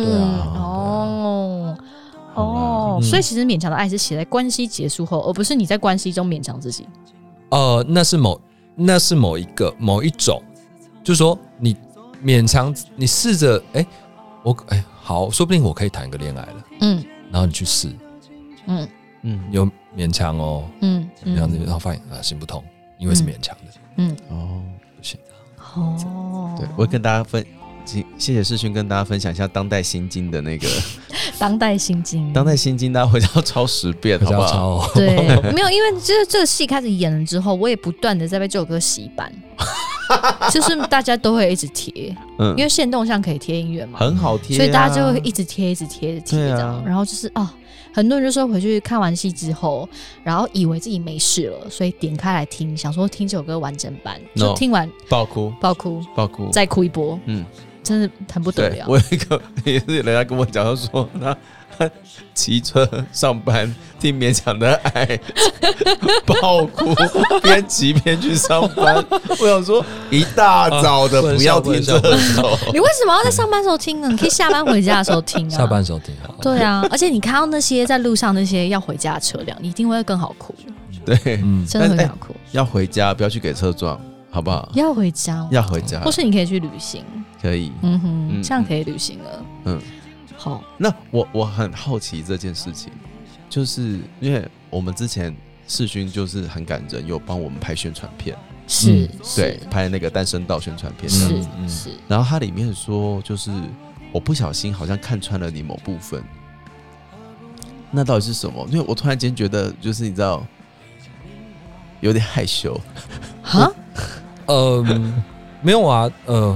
所以其实勉强的爱是写在关系结束后，而不是你在关系中勉强自己。 那是某一种，就是说你勉强，你试着好，说不定我可以谈个恋爱了，然后你去试，有勉强哦，勉强然后发现行不通，因为是勉强的，不行， 对，我会跟大家谢谢世勋跟大家分享一下当代心经的那个当代心经， 大家回家抄10遍，好不好？ 对，没有，因为就是这个戏开始演了之后，我也不断的在被这首歌洗版，就是大家都会一直贴，因为限动上可以贴音乐嘛， 很好贴， 所以大家就会一直贴这样，然后就是很多人就说回去看完戏之后，然后以为自己没事了，所以点开来听，想说听这首歌完整版，就听完爆哭， 再哭一波，真的很不得了。 我有一个也是人家跟我讲，他说他骑车上班听勉强的爱，爆哭，边骑边去上班。我想说，一大早的不要听这首。 你为什么要在上班的时候听呢？你可以下班回家的时候听啊。 下班的时候听好。 对啊，而且你看到那些在路上那些要回家的车辆，你一定会更好哭。 对， 真的会更好哭。 要回家，不要去给车撞，好不好？ 要回家，或是你可以去旅行。 可以， 这样可以旅行了。好， 那我很好奇这件事情，就是因为我们之前世勋就是很感人，有帮我们拍宣传片，对，拍那个单声道宣传片， 是。 然后它里面说，就是我不小心好像看穿了你某部分，那到底是什么？因为我突然间觉得，就是你知道，有点害羞。 没有啊，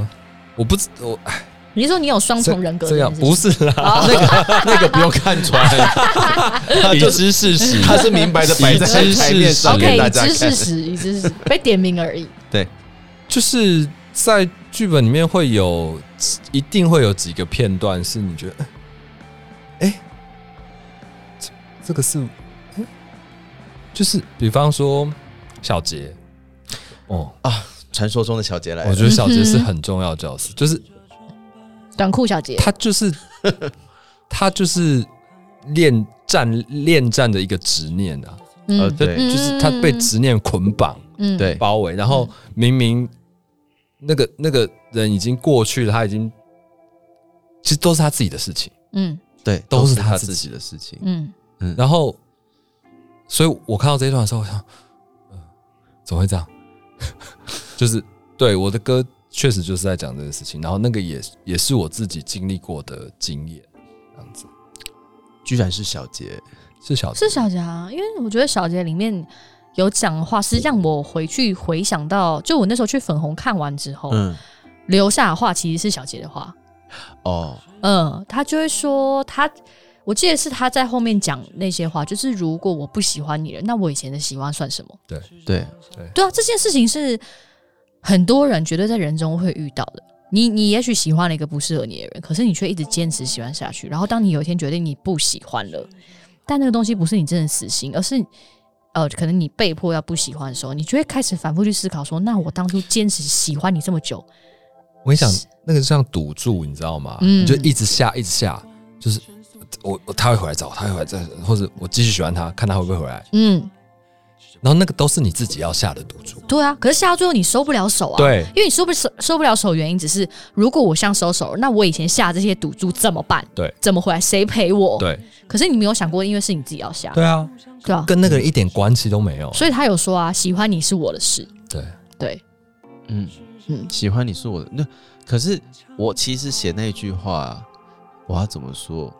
你是说你有双重人格？ 这样不是啦， 那个不用看穿， 已知事实， 他是明白的摆在台面上给大家看。 已知事实，被点名而已。 对， 就是在剧本里面一定会有几个片段是你觉得，这个是，就是比方说小杰， 传说中的小杰来了， 我觉得小杰是很重要的角色，就是短裤小杰， 他就是恋战的一个执念啊，对，就是他被执念捆绑，对，包围，然后明明那个人已经过去了，他已经其实都是他自己的事情， 对，都是他自己的事情， 然后，所以我看到这一段的时候，我想，怎么会这样？就是对我的歌确实就是在讲这个事情，然后那个也是我自己经历过的经验，这样子。 居然是小杰， 是小杰啊！因为我觉得小杰里面有讲的话，是让我回去回想到，就我那时候去粉红看完之后，留下的话其实是小杰的话。他就会说我记得是他在后面讲那些话，就是如果我不喜欢你了，那我以前的喜欢算什么？ 对啊，这件事情是很多人绝对在人中会遇到的。你也许喜欢了一个不适合你的人，可是你却一直坚持喜欢下去。然后当你有一天决定你不喜欢了，但那个东西不是你真的死心，而是可能你被迫要不喜欢的时候，你就会开始反复去思考说，那我当初坚持喜欢你这么久， 我跟你讲，那个就像赌注，你知道吗？你就一直下，就是他会回来找，他会回来再，或者我继续喜欢他，看他会不会回来。 然后那个都是你自己要下的赌注。 对啊，可是下到最后你收不了手啊。 对， 因为你收不了手，原因只是如果我像收手了，那我以前下这些赌注怎么办？ 对， 怎么回来？谁赔我？ 对。 可是你没有想过，因为是你自己要下。 对啊， 对啊， 跟那个人一点关系都没有。 所以他有说啊，喜欢你是我的事。 对对， 喜欢你是我的。那可是我其实写那句话，我要怎么说？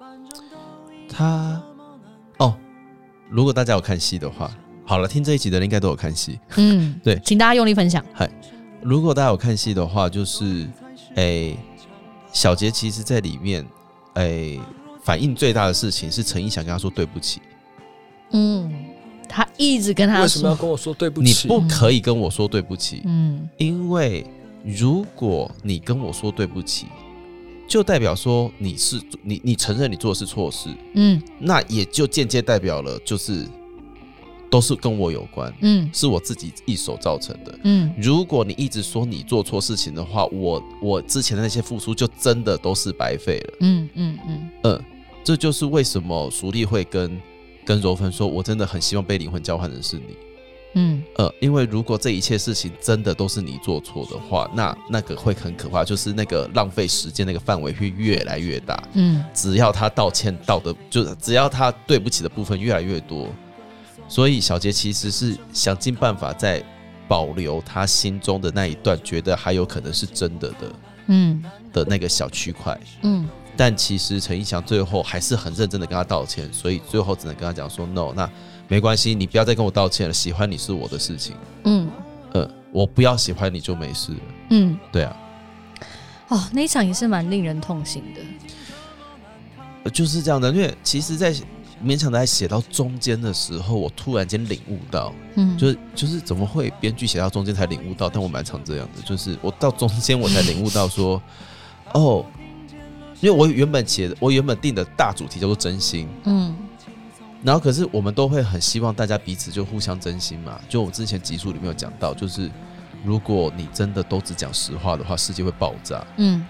如果大家有看戏的话，好了，听这一集的人应该都有看戏。对， 请大家用力分享。 如果大家有看戏的话，就是小杰其实在里面反应最大的事情是陈意翔跟他说对不起。 他一直跟他说， 为什么要跟我说对不起？ 你不可以跟我说对不起。因为如果你跟我说对不起，就代表说你承认你做的是错事。那也就间接代表了就是都是跟我有关。是我自己一手造成的。如果你一直说你做错事情的话，我之前的那些付出就真的都是白费了。这就是为什么淑丽会跟柔芬说，我真的很希望被灵魂交换的是你。因为如果这一切事情真的都是你做错的话，那个会很可怕，就是那个浪费时间那个范围会越来越大。只要他道歉就是只要他对不起的部分越来越多，所以小杰其实是想尽办法在保留他心中的那一段觉得还有可能是真的的那个小区块。但其实陈意翔最后还是很认真的跟他道歉，所以最后只能跟他讲说 no， 那没关系，你不要再跟我道歉了，喜欢你是我的事情。我不要喜欢你就没事了。对啊。 那一场也是蛮令人痛心的。 就是这样的，因为其实在勉强的在写到中间的时候，我突然间领悟到，就是怎么会编剧写到中间才领悟到，但我蛮常这样的，就是我到中间我才领悟到说因为我原本定的大主题叫做真心。然后可是我们都会很希望大家彼此就互相真心嘛，就我之前集数里面有讲到，就是如果你真的都只讲实话的话，世界会爆炸。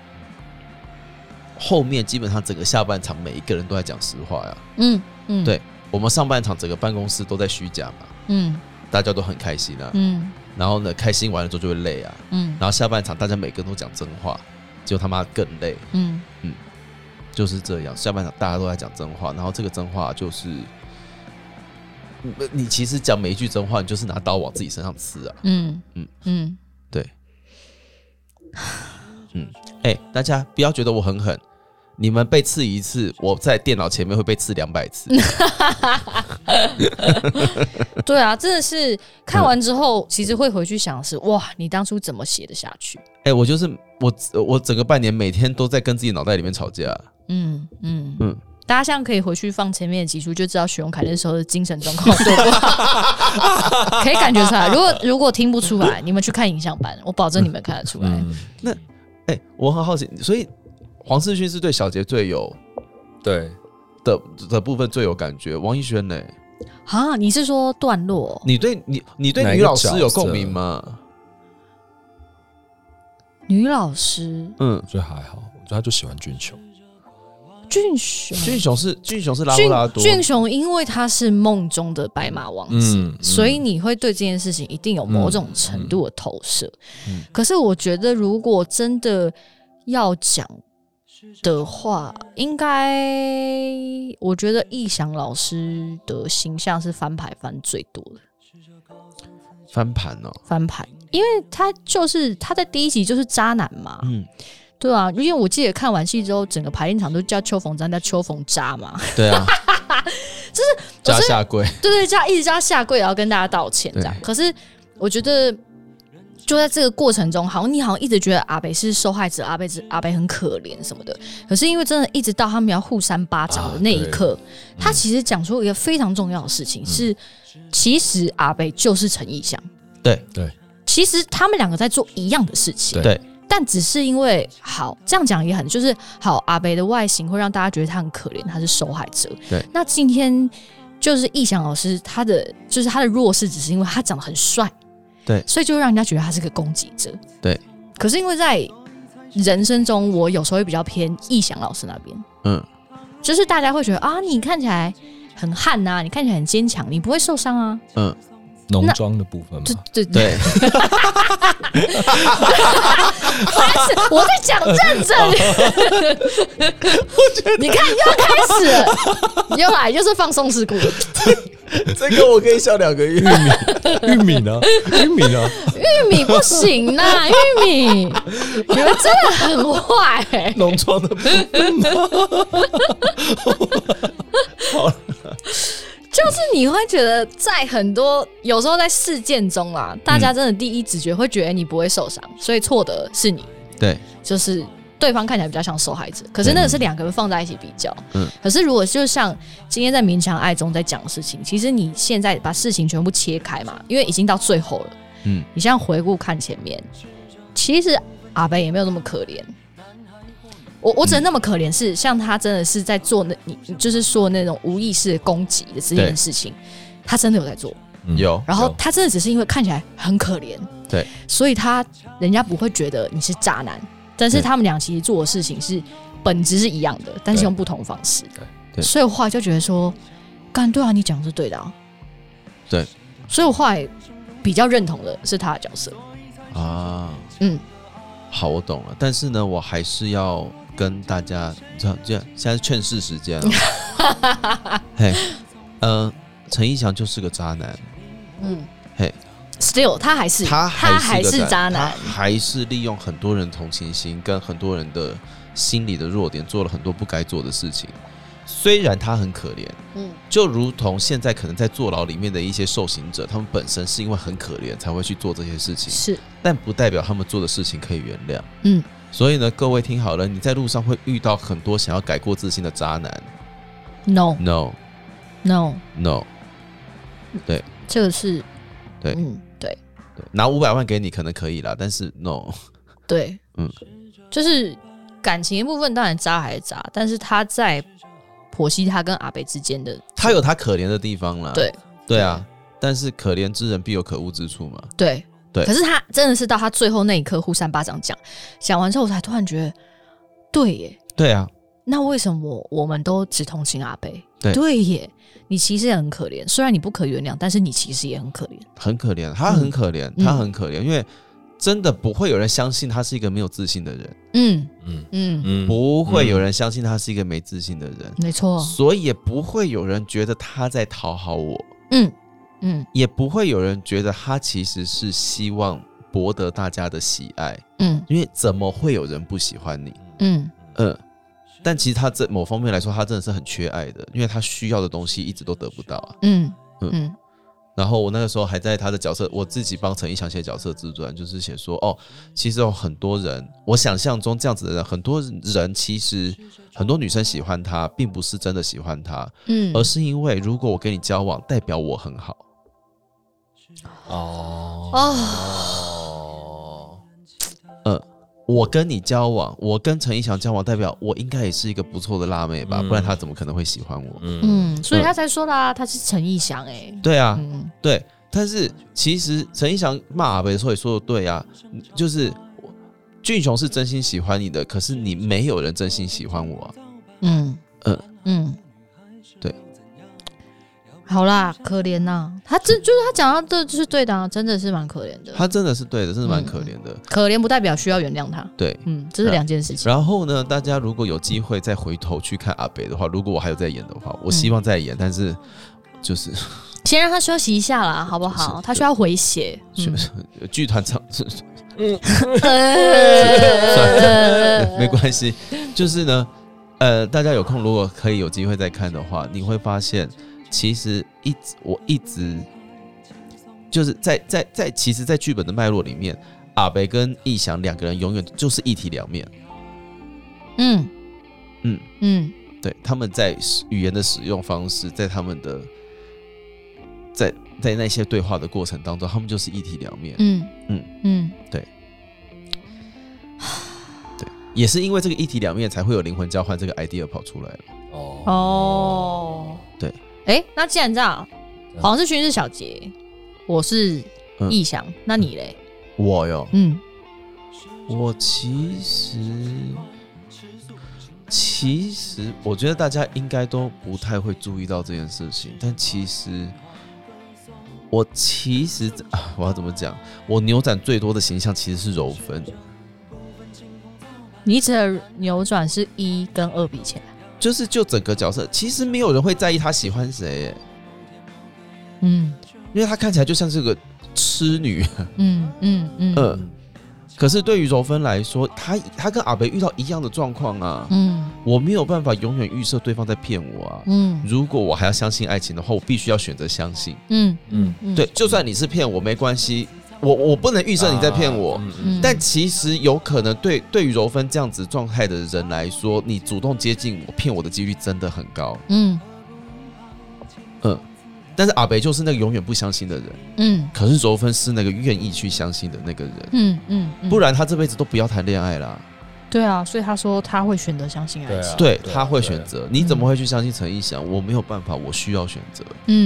后面基本上整个下半场每一个人都在讲实话呀。对，我们上半场整个办公室都在虚假嘛。大家都很开心啊。然后呢，开心完了之后就会累啊。然后下半场大家每个人都讲真话，结果他妈更累。就是这样，下半场大家都在讲真话，然后这个真话就是你其实讲每一句真话，你就是拿刀往自己身上刺啊。对。大家不要觉得我很狠，你们被刺一次，我在电脑前面会被刺200次。 对啊，真的是看完之后，其实会回去想的是，哇，你当初怎么写得下去？ 我就是我整个半年每天都在跟自己脑袋里面吵架。 大家现在可以回去放前面的集数，就知道许荣凯那时候的精神状况对不好，可以感觉出来。如果听不出来，你们去看影像版，我保证你们看得出来。 那我很好奇，所以黄世勋是对小杰最有的部分最有感觉，王一轩呢？ 你是说段落？ 你对女老师有共鸣吗？ 女老师， 我觉得还好，我觉得他就喜欢俊雄。 俊雄是拉布拉多。 俊雄因为他是梦中的白马王子，所以你会对这件事情一定有某种程度的投射。可是我觉得，如果真的要讲的话，应该我觉得逸翔老师的形象是翻牌翻最多的。 翻盘哦， 翻盘，因为他在第一集就是渣男嘛。对啊，因为我记得看完戏之后，整个排练场都叫邱逢章，叫邱逢渣嘛。 对啊，就是加下跪， 对，一直加下跪，然后跟大家道歉这样。可是我觉得，就在这个过程中，你好像一直觉得阿北是受害者，阿北很可怜什么的。可是因为真的一直到他们要互扇巴掌的那一刻，他其实讲出一个非常重要的事情是，其实阿北就是陈意翔。 对， 其实他们两个在做一样的事情。 对。 但只是因为这样讲也很，就是阿北的外形会让大家觉得他很可怜，他是受害者。 对， 那今天就是逸翔老师，他的弱势只是因为他长得很帅， 对， 所以就让人家觉得他是个攻击者。 对， 可是因为在人生中，我有时候会比较偏逸翔老师那边。就是大家会觉得你看起来很悍啊，你看起来很坚强，你不会受伤啊。 农庄的部分嘛， 对。我在讲认真，你看又开始了，又来就是放松事故。 这个我可以笑2个月。 玉米呢？ 玉米不行啦，玉米，你们真的很坏欸。 农庄的部分吗？好了。 就是你会觉得在很多有时候在事件中啦，大家真的第一直觉会觉得你不会受伤，所以错的是你。 对， 就是对方看起来比较像受害者，可是那个是2个人放在一起比较。可是如果就像今天在勉强爱中在讲的事情，其实你现在把事情全部切开嘛，因为已经到最后了。你现在回顾看前面，其实阿北也没有那么可怜。我只能那么可怜是像他真的是在做你就是说那种无意识的攻击的这件事情，他真的有在做， 有。 然后他真的只是因为看起来很可怜， 对， 所以人家不会觉得你是渣男，但是他们俩其实做的事情是本质是一样的，但是用不同方式。对，所以我后来就觉得说，干对啊，你讲的是对的啊，对，所以我后来比较认同的是他的角色啊， 好，我懂了，但是呢，我还是要跟大家这样，现在是劝世时间了。嘿，陈奕翔就是个渣男。嘿 ，still 他还是渣男， 他还是利用很多人同情心跟很多人的心理的弱点，做了很多不该做的事情。虽然他很可怜，就如同现在可能在坐牢里面的一些受刑者，他们本身是因为很可怜才会去做这些事情，是，但不代表他们做的事情可以原谅。所以呢，各位听好了，你在路上会遇到很多想要改过自新的渣男。No， 对， 这个是， 对，对，拿500万给你可能可以啦，但是 no， 对，就是感情的部分当然渣还是渣，但是他在剖析他跟阿北之间的， 他有他可怜的地方啦，对啊，但是可怜之人必有可恶之处嘛， 对。可是他真的是到他最后那一刻互扇巴掌讲完之后，我才突然觉得，对耶， 对啊， 那为什么我们都只同情阿北？对耶，你其实也很可怜，虽然你不可原谅，但是你其实也很可怜， 很可怜，他很可怜，他很可怜，因为真的不会有人相信他是一个没有自信的人，不会有人相信他是一个没自信的人， 没错， 所以也不会有人觉得他在讨好我，也不会有人觉得他其实是希望博得大家的喜爱，因为怎么会有人不喜欢你？但其实他在某方面来说，他真的是很缺爱的，因为他需要的东西一直都得不到啊。然后我那个时候还在他的角色，我自己帮陈奕翔写角色自传，就是写说，其实有很多人，我想象中这样子的人，很多人其实很多女生喜欢他，并不是真的喜欢他，而是因为如果我跟你交往，代表我很好。我跟你交往，我跟陈奕翔交往，代表我应该也是一个不错的辣妹吧，不然他怎么可能会喜欢我？ 所以他才说啦，他是陈奕翔对啊，对。但是其实陈奕翔骂阿北的时候也说的对啊，就是俊雄是真心喜欢你的，可是你没有人真心喜欢我啊。对。 好啦，可怜呐，他就是他讲到的就是对的啊，真的是蛮可怜的。 他真的是对的，真的蛮可怜的。 可怜不代表需要原谅他。对，这是2件事情。 然后呢，大家如果有机会再回头去看阿北的话，如果我还有在演的话，我希望再演，但是就是先让他休息一下啦，好不好？他需要回血。 剧团唱，没关系。就是呢，大家有空如果可以有机会再看的话，你会发现。其实我一直就是其实，在剧本的脉络里面，阿北跟奕翔2个人永远就是一体两面。对，他们在语言的使用方式，在他们的在那些对话的过程当中，他们就是一体两面。对，也是因为这个一体两面，才会有灵魂交换这个 idea 跑出来了。对。 那既然这样，黄世勋是小杰，我是奕翔，那你嘞？ 我哟，我其实我觉得大家应该都不太会注意到这件事情，但其实我其实我要怎么讲？我扭转最多的形象其实是柔芬。 你指的扭转是1跟2比起来， 就整个角色，其实没有人会在意他喜欢谁耶。因为他看起来就像是个痴女。可是对于柔芬来说，他跟阿北遇到一样的状况啊。我没有办法永远预设对方在骗我啊。如果我还要相信爱情的话，我必须要选择相信。对，就算你是骗我没关系。我不能预设你在骗我，但其实有可能对于柔芬这样子状态的人来说，你主动接近我骗我的几率真的很高。但是阿北就是那个永远不相信的人。可是柔芬是那个愿意去相信的那个人。不然他这辈子都不要谈恋爱啦。 对啊，所以他说他会选择相信爱情。 对，他会选择。你怎么会去相信陈奕翔？我没有办法，我需要选择。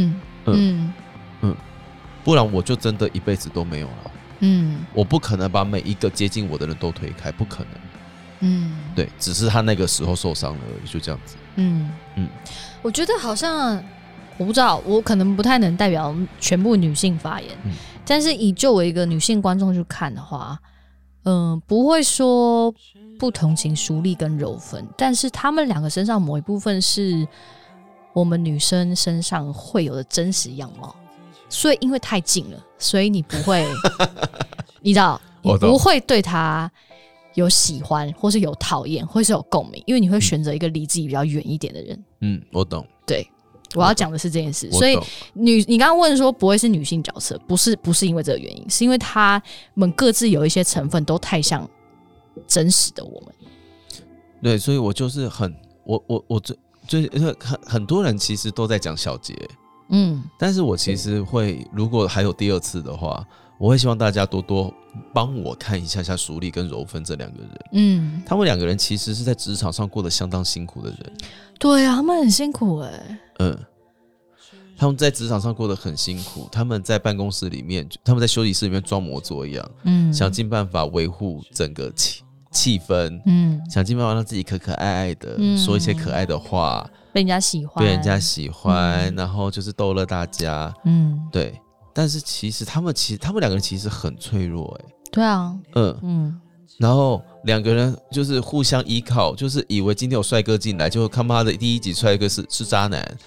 不然我就真的一辈子都没有了。我不可能把每一个接近我的人都推开，不可能。对，只是他那个时候受伤了而已，就这样子。 我觉得好像我不知道，我可能不太能代表全部女性发言，但是以就我一个女性观众去看的话，不会说不同情淑丽跟柔芬，但是他们两个身上某一部分是我们女生身上会有的真实样貌。所以因为太近了，所以你不会你知道，你不会对他有喜欢或是有讨厌或是有共鸣，因为你会选择一个离自己比较远一点的人。 我懂。 对，我要讲的是这件事。所以你刚刚问说不会是女性角色，不是因为这个原因，是因为他们各自有一些成分都太像真实的我们。 对，所以我就是很多人其实都在讲小杰。但是我其实会，如果还有第二次的话，我会希望大家多多帮我看一下淑丽跟柔芬这两个人。他们两个人其实是在职场上过得相当辛苦的人。 对啊，他们很辛苦他们在职场上过得很辛苦，他们在办公室里面，他们在休息室里面装模作样，想尽办法维护整个气氛，想尽办法让自己可爱爱的，说一些可爱的话。 被人家喜欢， 然后就是逗乐大家。对。但是其实他们两个人其实很脆弱。 对啊。 然后两个人就是互相依靠，就是以为今天有帅哥进来，就他妈的第一集帅哥是渣男。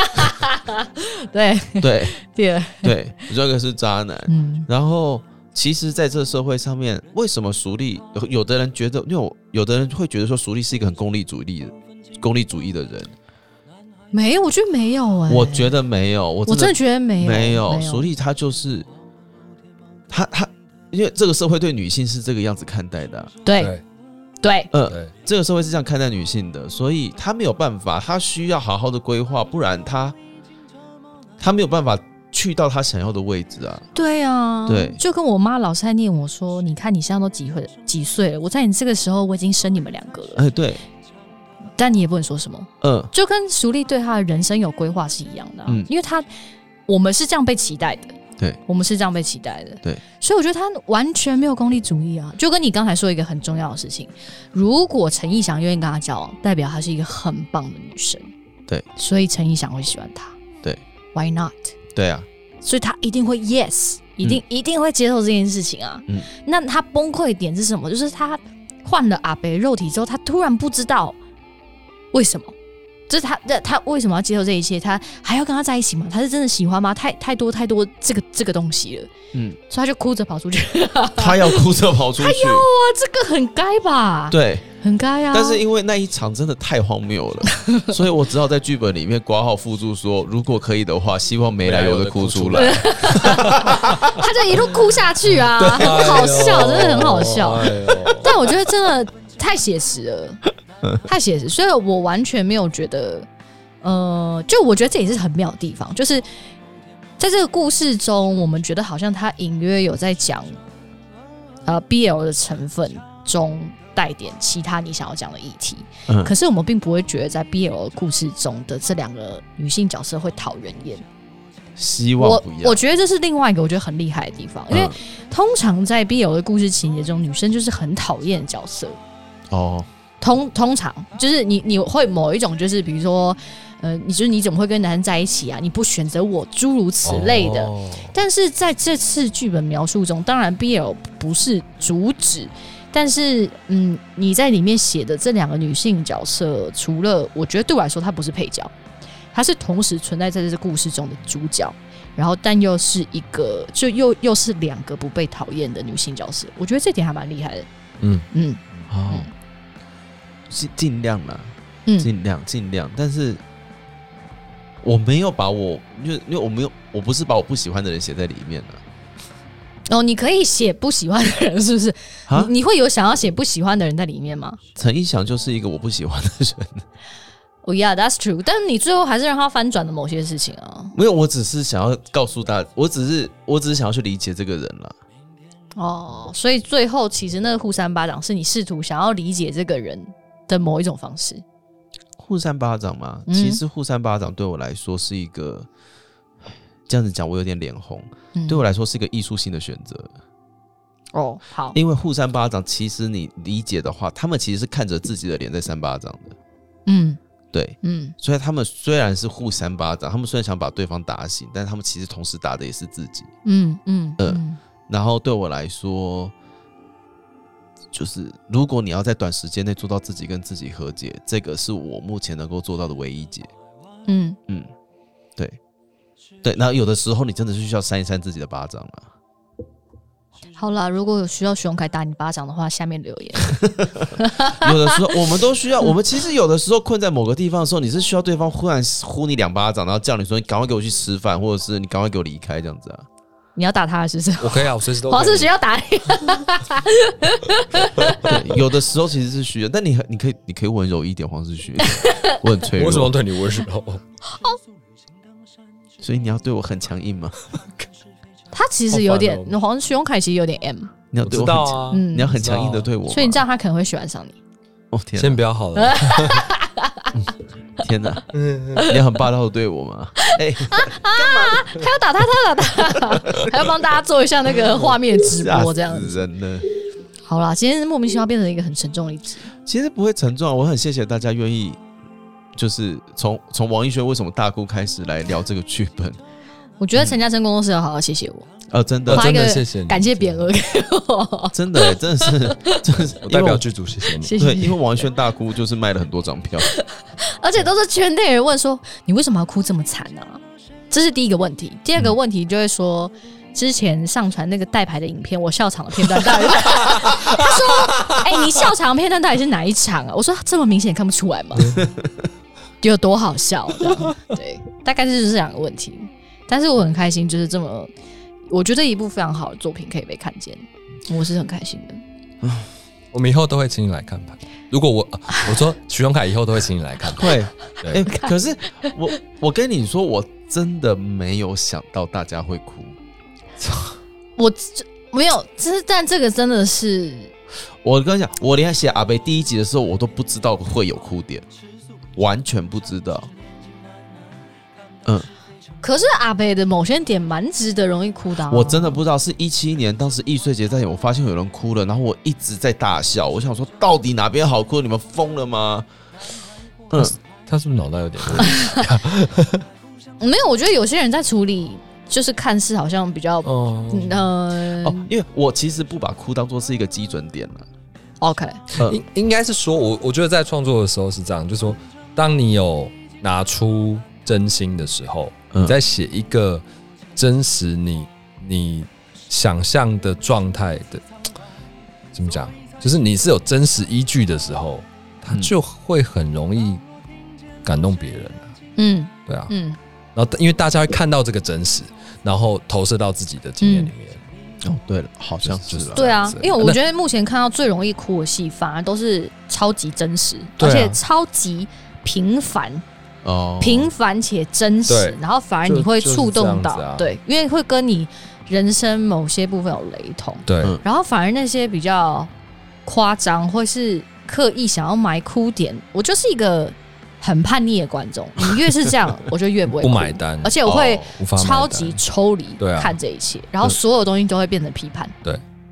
对， 帅哥是渣男。然后其实在这社会上面，为什么淑丽有的人觉得，因为有的人会觉得说淑丽是一个很功利主义的人。 没有，我觉得没有。 我觉得没有，我真的觉得没有。 淑丽她就是她，因为这个社会对女性是这个样子看待的。 对， 这个社会是这样看待女性的，所以她没有办法，她需要好好的规划，不然她没有办法去到她想要的位置啊。 对啊， 对， 就跟我妈老是在念我说，你看你现在都几岁了，我在你这个时候我已经生你们两个了。 对。 但你也不能说什么。就跟淑丽对她的人生有规划是一样的。因为我们是这样被期待的。 对， 我们是这样被期待的。 对， 所以我觉得他完全没有功利主义啊。就跟你刚才说一个很重要的事情，如果陈奕翔愿意跟他交往，代表他是一个很棒的女生。 对， 所以陈奕翔会喜欢他。 对 ，Why not？ 对啊， 所以他一定会 yes， 一定会接受这件事情啊。那他崩溃点是什么？就是他换了阿北肉体之后，他突然不知道为什么，就是他为什么要接受这一切？他还要跟他在一起吗？他是真的喜欢吗？太多这个东西了。所以他就哭着跑出去。 他要哭着跑出去。 他要啊，这个很该吧？ 对， 很该啊。 但是因为那一场真的太荒谬了，所以我只好在剧本里面括号附注说，如果可以的话，希望没来由的哭出来。 他就一路哭下去啊，很好笑，真的很好笑。但我觉得真的太写实了。太写实，所以我完全没有觉得，就我觉得这也是很妙的地方，就是在这个故事中，我们觉得好像他隐约有在讲BL 的成分中带点其他你想要讲的议题，可是我们并不会觉得在 BL 的故事中的这两个女性角色会讨人厌。 希望不要。 我觉得这是另外一个我觉得很厉害的地方，因为通常在 BL 的故事情节中，女生就是很讨厌的角色。 哦。 通常就是你会某一种就是比如说你怎么会跟男生在一起啊？你不选择我，诸如此类的。但是在这次剧本描述中，当然 BL 不是主旨，但是你在里面写的这2个女性角色，除了我觉得对我来说她不是配角，她是同时存在在这个故事中的主角，然后但又是一个就又是2个不被讨厌的女性角色，我觉得这点还蛮厉害的。 尽量啦，尽量，但是我没有把因为我不是把我不喜欢的人写在里面了。 你可以写不喜欢的人，是不是？你会有想要写不喜欢的人在里面吗？ 陈一翔就是一个我不喜欢的人。 Yeah, that's true. 但是你最后还是让他翻转了某些事情啊。 没有，我只是想要告诉大家，我只是想要去理解这个人啦。 所以最后其实那个互扇巴掌是你试图想要理解这个人的某一种方式。 互扇巴掌嘛，其实互扇巴掌对我来说是一个，这样子讲我有点脸红，对我来说是一个艺术性的选择。 好， 因为互扇巴掌，其实你理解的话，他们其实是看着自己的脸在扇巴掌的。对，所以他们虽然是互扇巴掌，他们虽然想把对方打醒，但是他们其实同时打的也是自己。然后对我来说，就是如果你要在短时间内做到自己跟自己和解，这个是我目前能够做到的唯一解。对，然后有的时候你真的是需要扇一扇自己的巴掌啦。 好啦，如果有需要徐荣凯打你巴掌的话，下面留言。 有的时候我们都需要，我们其实有的时候困在某个地方的时候，你是需要对方忽然呼你2巴掌，然后叫你说你赶快给我去吃饭，或者是你赶快给我离开，这样子啊。 你要打他是不是？ 我可以啊，我随时都可以。 黄世学要打你。 对，有的时候其实是需要，但你可以温柔一点，黄世学，我很脆弱。 为什么对你温柔？ 所以你要对我很强硬吗？ 他其实有点，黄徐荣凯其实有点 M， 你要对我很强，你要很强硬的对我， 所以你这样他可能会喜欢上你。 天哪， 先不要好了。 天哪，你要很霸道的对我吗？ 干嘛？还要打他，还要帮大家做一下那个画面直播，这样子。 人呢？ 好啦，今天莫名其妙变成一个很沉重的一集。 其实不会沉重，我很谢谢大家愿意，就是从王一轩为什么大哭开始来聊这个剧本。 我觉得陈嘉生工作室要好好谢谢我。 真的， 真的谢谢你， 感谢匾额给我。 真的是， 我代表剧组谢谢你。 对，因为王一轩大哭就是卖了很多张票， 而且都是圈内人问说你为什么要哭这么惨啊？这是第一个问题。第二个问题就会说，之前上传那个代牌的影片，我笑场的片段到底是他说你笑场的片段到底是哪一场啊？我说这么明显看不出来吗？有多好笑？对，大概就是这2个问题。但是我很开心，就是这么，我觉得一部非常好的作品可以被看见，我是很开心的。 我们以后都会请你来看盘。如果我说徐荣凯以后都会请你来看盘， 会。可是我跟你说，我真的没有想到大家会哭。 我没有，但这个真的是， 我跟你讲，我连写阿北第1集的时候，我都不知道会有哭点，完全不知道。 可是阿北的某些点蛮值得容易哭的。 我真的不知道，是17年当时易碎节在演，我发现有人哭了，然后我一直在大笑。我想说，到底哪边好哭？你们疯了吗？ 他是不是脑袋有点问题？ 没有，我觉得有些人在处理，就是看似好像比较因为我其实不把哭当作是一个基准点了。 OK， 应该是说，我觉得在创作的时候是这样，就是说，当你有拿出真心的时候，你在写一个真实你想象的状态的，怎么讲？就是你是有真实依据的时候，它就会很容易感动别人。对啊，然后因为大家会看到这个真实，然后投射到自己的经验里面。 对了，好像是了。 对啊，因为我觉得目前看到最容易哭的戏，反而都是超级真实，而且超级平凡。平凡且真实，然后反而你会触动到，对，因为会跟你人生某些部分有雷同， 对， 然后反而那些比较夸张或是刻意想要埋哭点，我就是一个很叛逆的观众，你越是这样，我就越不会不买单， 而且我会超级抽离看这一切，然后所有东西都会变成批判， 对，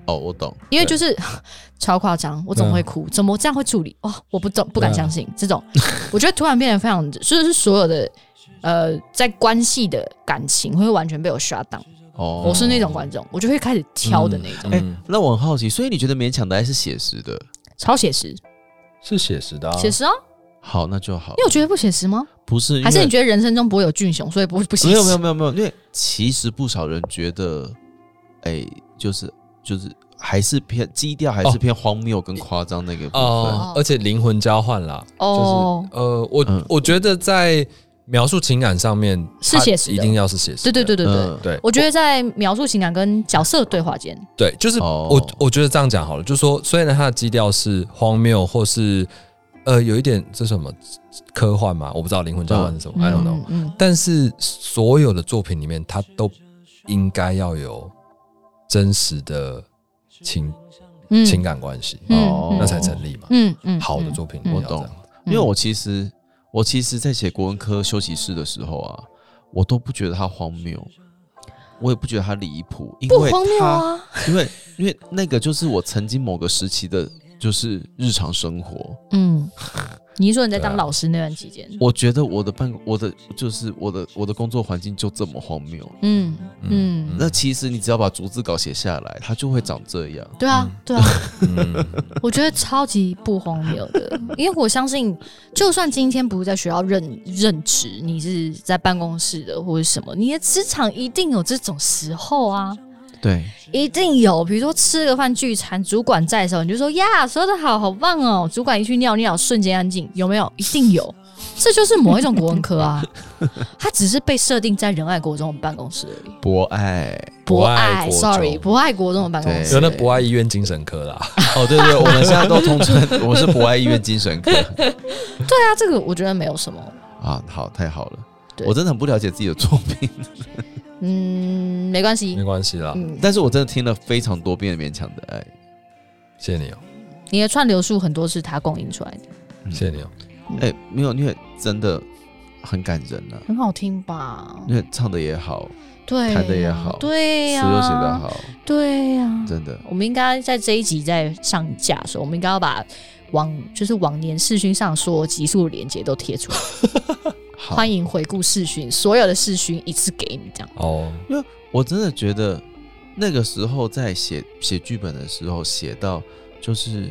我懂， 因为就是超夸张，我怎么会哭？怎么这样会处理？哦，我不懂，不敢相信这种。我觉得突然变得非常，就是所有的在关系的感情会完全被我shut down。我是那种观众，我就会开始挑的那种。 那我很好奇，所以你觉得勉强的爱是写实的？ 超写实， 是写实的啊， 写实啊。 好，那就好。 因为我觉得不写实吗？ 不是， 还是你觉得人生中不会有俊雄，所以不写实？ 没有，因为其实不少人觉得，就是还是偏基调，还是偏荒谬跟夸张那个部分， 而且灵魂交换啦。就是我觉得在描述情感上面是写实的， 一定要是写实的。 对。我觉得在描述情感跟角色对话间， 对，就是我觉得这样讲好了，就是说，虽然它的基调是荒谬，或是有一点这是什么科幻嘛，我不知道灵魂交换是什么，I don't know。但是所有的作品里面，它都应该要有真实的情感关系，那才成立嘛。好的作品我懂。 因为我其实在写国文科休息室的时候啊，我都不觉得它荒谬，我也不觉得它离谱，因为不荒谬啊， 因为那个就是我曾经某个时期的，就是日常生活。 你说你在当老师那段期间， 我觉得我的工作环境就这么荒谬。那其实你只要把逐字稿写下来，它就会长这样。 对啊，我觉得超级不荒谬的，因为我相信，就算今天不是在学校任职，你是在办公室的或者什么，你的职场一定有这种时候啊。 对， 一定有。比如说吃个饭聚餐，主管在的时候，你就说呀，说得好，好棒哦。主管一去尿尿，瞬间安静，有没有？一定有。这就是某一种国文科啊，它只是被设定在仁爱国中的办公室而已。 博爱 ，sorry， 博爱国中的办公室， 有那博爱医院精神科啦。 对，我们现在都通称我是博爱医院精神科。 对啊，这个我觉得没有什么啊，好，太好了。我真的很不了解自己的作品。 没关系啦。 但是我真的听了非常多遍的《勉强的爱》， 谢谢你哦。 你的串流数很多是他供应出来的， 谢谢你哦。 没有，因为真的很感人啊， 很好听吧？ 因为唱的也好， 对， 弹的也好， 对呀， 词又写得好， 对呀， 真的。 我们应该在这一集在上架的时候，我们应该要把往年视讯上所有集数的连结都贴出来。欢迎回顾视讯，所有的视讯一次给你这样。 因为我真的觉得那个时候在写剧本的时候，写到就是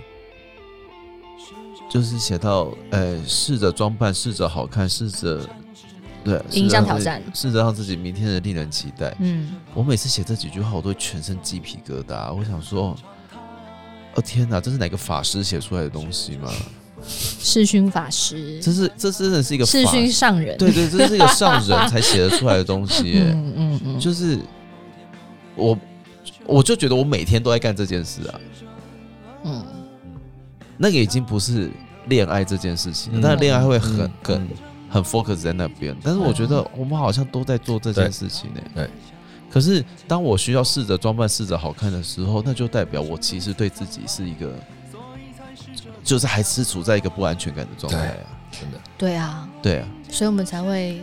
写到试着装扮，试着好看，试着迎向挑战， 试着让自己明天的令人期待。我每次写这几句话，我都会全身鸡皮疙瘩。我想说，天哪，这是哪个法师写出来的东西吗？ 视讯法师， 这真的是一个视讯上人， 对，这是一个上人才写得出来的东西。就是我就觉得我每天都在干这件事啊。那个已经不是恋爱这件事情，但是恋爱会很 focus 在那边。但是我觉得我们好像都在做这件事情呢。 对。 可是当我需要试着装扮、试着好看的时候，那就代表我其实对自己是一个。就是还是处在一个不安全感的状态啊，真的。 对啊，所以我们才会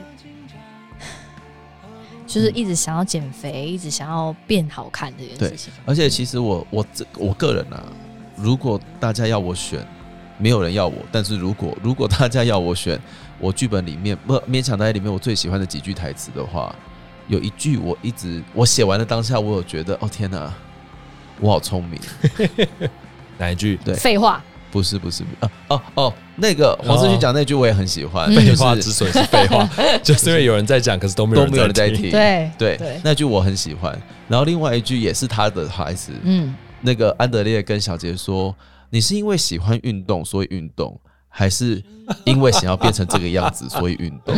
就是一直想要减肥，一直想要变好看这件事情。 而且其实我个人啊，如果大家要我选，没有人要我，但是如果大家要我选，我剧本里面勉强的爱里面我最喜欢的几句台词的话，有一句我写完的当下，我有觉得天哪，我好聪明。 哪一句？ 对， 废话。 不是那个黄世勋讲那句我也很喜欢。 废话之所以是废话，就是因为有人在讲，可是都没有人在听。 对，那句我很喜欢。然后另外一句也是他的台词，那个安德烈跟小杰说：“你是因为喜欢运动所以运动，还是因为想要变成这个样子所以运动？”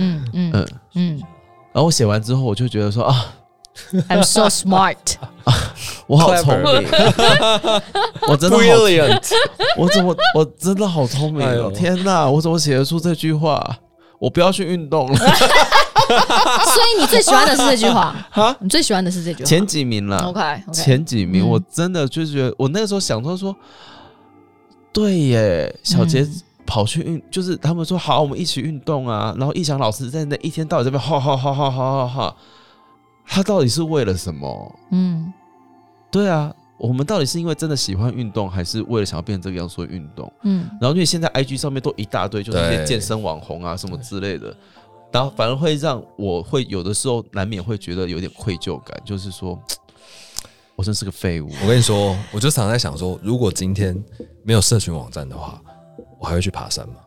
然后我写完之后，我就觉得说 I'm so smart 我好聪明我真的好 brilliant 我真的好聪明哦！天哪，我怎么写得出这句话？我不要去运动了。所以你最喜欢的是这句话？你最喜欢的是这句话？ 前几名啦。 OK， 前几名，我真的就觉得，我那个时候想到说，对耶，小杰跑去就是他们说好，我们一起运动啊。然后逸翔老师在那一天到底这边哈，他到底是为了什么？对啊， 我们到底是因为真的喜欢运动，还是为了想要变成这个样子所以运动？然后因为现在 IG 上面都一大堆，就是一些健身网红啊什么之类的，然后反而会让我会有的时候难免会觉得有点愧疚感，就是说我真是个废物。 我跟你说，我就常在想说，如果今天没有社群网站的话，我还会去爬山吗？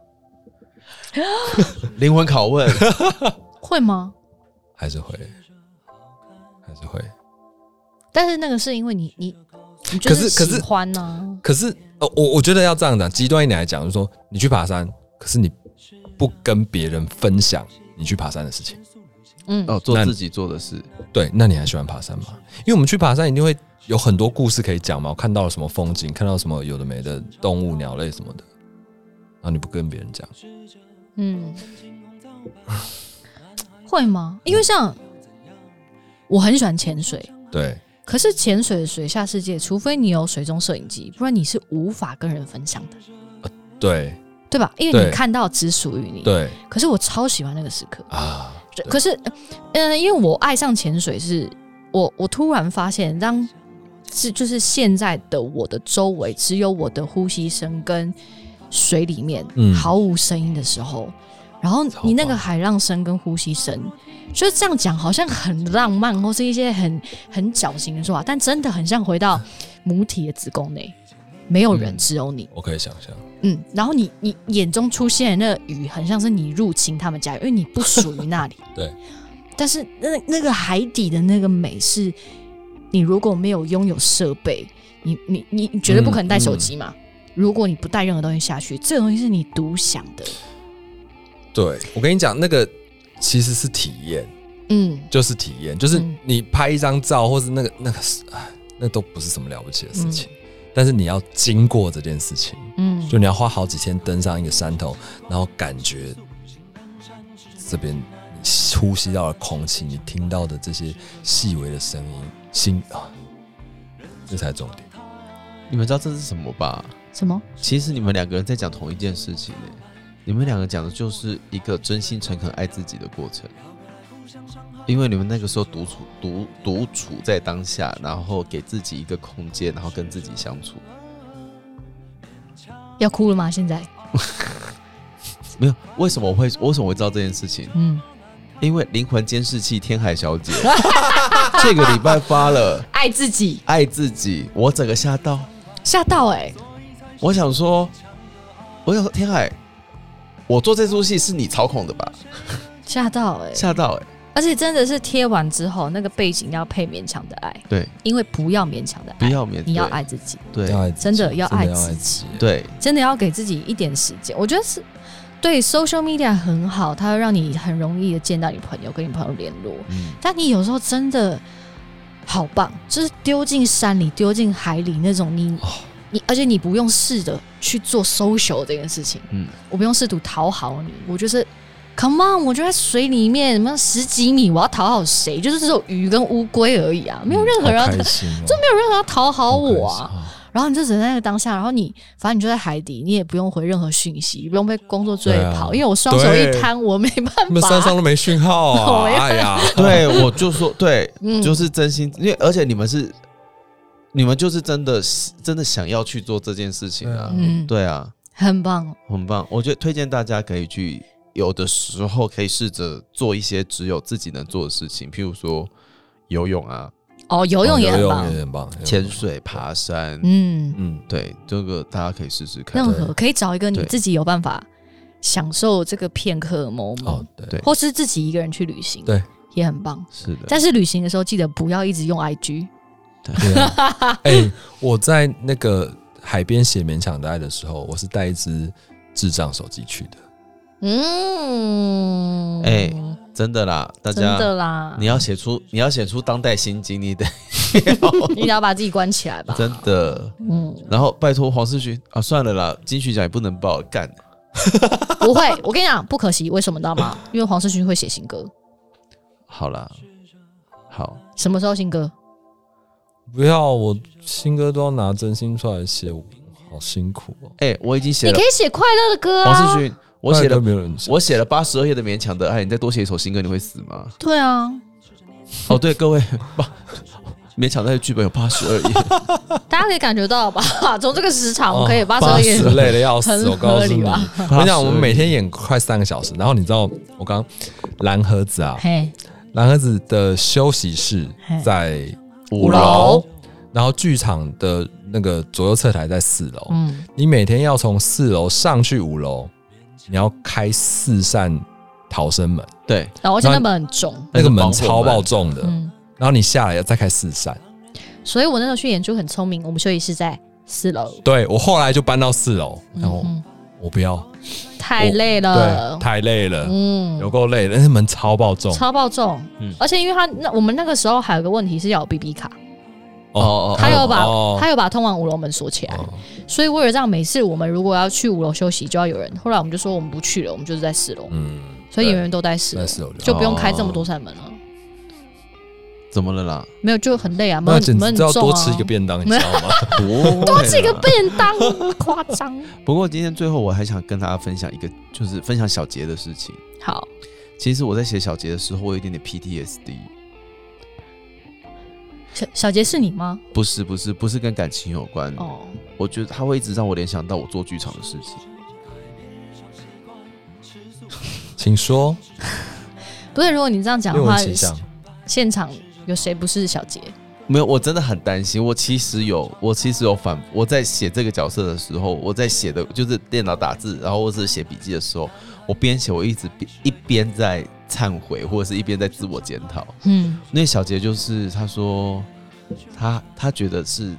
灵魂拷问， 会吗？ 还是会。 但是那个是因为你就是喜欢呢。 可是我觉得要这样讲，极端一点来讲，就是说你去爬山，可是你不跟别人分享你去爬山的事情， 做自己做的事。 对，那你还喜欢爬山吗？因为我们去爬山一定会有很多故事可以讲嘛，我看到了什么风景，看到什么有的没的动物、鸟类什么的，然后你不跟别人讲， 会吗？因为像我很喜欢潜水， 对。 可是潜水的水下世界，除非你有水中摄影机，不然你是无法跟人分享的。 对吧？因为你看到只属于你。 对。 可是我超喜欢那个时刻啊！ 可是，因为我爱上潜水是，我突然发现，就是现在的我的周围只有我的呼吸声跟水里面毫无声音的时候，然后你那个海浪声跟呼吸声。就是这样讲好像很浪漫或是一些很矫情的说法，但真的很像回到母体的子宫内，没有人，只有你。 我可以想象。 然后你眼中出现的那个鱼很像是你入侵他们家，因为你不属于那里。 对。 但是那个海底的那个美是，你如果没有拥有设备，你绝对不可能带手机嘛。如果你不带任何东西下去，这个东西是你独享的。 对，我跟你讲那个。其实是体验，就是体验，就是你拍一张照，或是那都不是什么了不起的事情，但是你要经过这件事情，就你要花好几天登上一个山头，然后感觉这边你呼吸到的空气，你听到的这些细微的声音，这才是重点。 你们知道这是什么吧？ 什么？ 其实你们两个人在讲同一件事情耶。你们两个讲的就是一个真心诚恳爱自己的过程，因为你们那个时候独处在当下，然后给自己一个空间，然后跟自己相处。 要哭了吗？现在没有。为什么我会知道这件事情？因为灵魂监视器天海小姐这个礼拜发了爱自己， 我整个吓到我想说天海。我做这出戏是你操控的吧？ 吓到而且真的是贴完之后，那个背景要配勉强的爱， 对， 因为不要勉强的爱，你要爱自己， 对， 真的要爱自己， 对， 真的要给自己一点时间。我觉得是对 social media 很好，它会让你很容易的见到你朋友，跟你朋友联络，但你有时候真的好棒，就是丢进山里、丢进海里那种你而且你不用试着去做 social 这件事情，我不用试图讨好你，我就是 come on， 我就在水里面什么10几米，我要讨好谁？就是只有鱼跟乌龟而已啊，没有任何人要，就没有任何人要讨好我啊。然后你就只能在那个当下，然后反正你就在海底，你也不用回任何讯息，不用被工作追跑，因为我双手一摊，我没办法。 山上都没讯号啊！哎呀， 对，我就说对，就是真心，因为而且你们就是真的想要去做这件事情啊，对啊， 很棒， 很棒。我觉得推荐大家可以去，有的时候可以试着做一些只有自己能做的事情，譬如说游泳啊， 游泳也很棒， 潜水、爬山，对，这个大家可以试试看。 任何可以找一个你自己有办法享受这个片刻的 moment， 对， 或是自己一个人去旅行， 对， 也很棒。 是的， 但是旅行的时候记得不要一直用 IG。 我在那个海边写勉强的爱的时候，我是带一只智障手机去的。 真的啦，大家真的啦，你要写出当代心经，你得要把自己关起来吧， 真的。然后拜托黄世勋啊，算了啦，金曲奖也不能报，干。 不会，我跟你讲，不可惜，为什么知道吗？因为黄世勋会写新歌。 好啦，好， 什么时候新歌？ 不要，我新歌都要拿真心出来写，好辛苦哦。 我已经写了， 你可以写快乐的歌啊。 黄世勋，我写了82页的勉强的爱，你再多写一首新歌，你会死吗？ 对啊。 对，各位， 勉强在剧本有82页， 大家可以感觉到吧？从这个时长，我们可以82页， 累的要死。我告诉你，我跟你讲，我们每天演快3个小时，然后你知道我刚蓝盒子啊，蓝盒子的休息室在5楼，然后剧场的那个左右侧台在4楼。你每天要从4楼上去5楼，你要开4扇逃生门。 对， 而且那门很重， 那个门超爆重的。然后你下来要再开4扇。所以我那时候去演出很聪明，我们休息室在4楼。 对，我后来就搬到4楼，然后我不要， 太累了， 对，太累了，有够累的，那门超爆重， 超爆重，而且因为我们那个时候还有个问题是要有 BB 卡，他有把通往5楼门锁起来，所以为了这样，每次我们如果要去5楼休息，就要有人。后来我们就说我们不去了，我们就是在4楼，所以演员都在4楼，就不用开这么多扇门了。 怎么了啦？ 没有，就很累啊， 门很重啊，要多吃一个便当，你知道吗？ 多吃一个便当，夸张。 不过今天最后我还想跟大家分享一个，就是分享小杰的事情。 好， 其实我在写小杰的时候，我有一点点 PTSD。 小杰是你吗？ 不是跟感情有关。我觉得他会一直让我联想到我做剧场的事情。 请说。 不是，如果你这样讲的话，现场有谁不是小杰？ 没有，我真的很担心。我其实有反，我在写这个角色的时候，我在写的就是电脑打字，然后或是写笔记的时候，我边写我一边在忏悔，或者是一边在自我检讨。那小杰就是他说他觉得是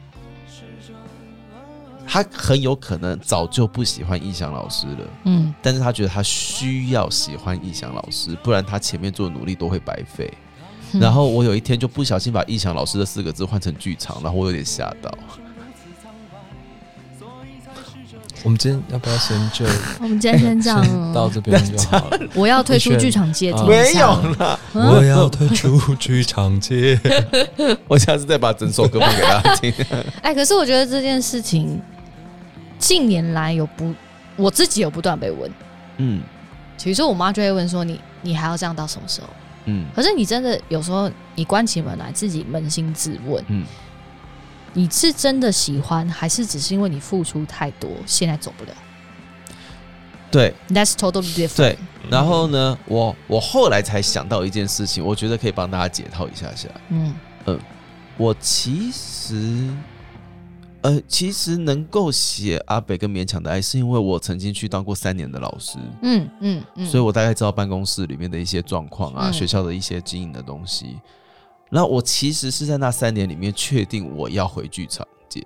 他很有可能早就不喜欢逸翔老师了，但是他觉得他需要喜欢逸翔老师，不然他前面做的努力都会白费。然后我有一天就不小心把逸翔老师的4个字换成剧场，然后我有点吓到。 我们今天要不要先就？ 我们今天先这样到这边就好了。 我要退出剧场界， 没有啦， 我要退出剧场界。 我下次再把整首歌放给大家听。 可是我觉得这件事情近年来我自己有不断被问。比如说我妈就会问说你还要这样到什么时候？可是你真的有时候你关起门来自己扪心自问，你是真的喜欢，还是只是因为你付出太多，现在走不了？ 对 ，That's totally different。 对，然后呢，我后来才想到一件事情，我觉得可以帮大家解套一下下。我其实能够写阿北跟勉强的爱，是因为我曾经去当过3年的老师，所以我大概知道办公室里面的一些状况啊，学校的一些经营的东西。然后我其实是在那3年里面确定我要回剧场界。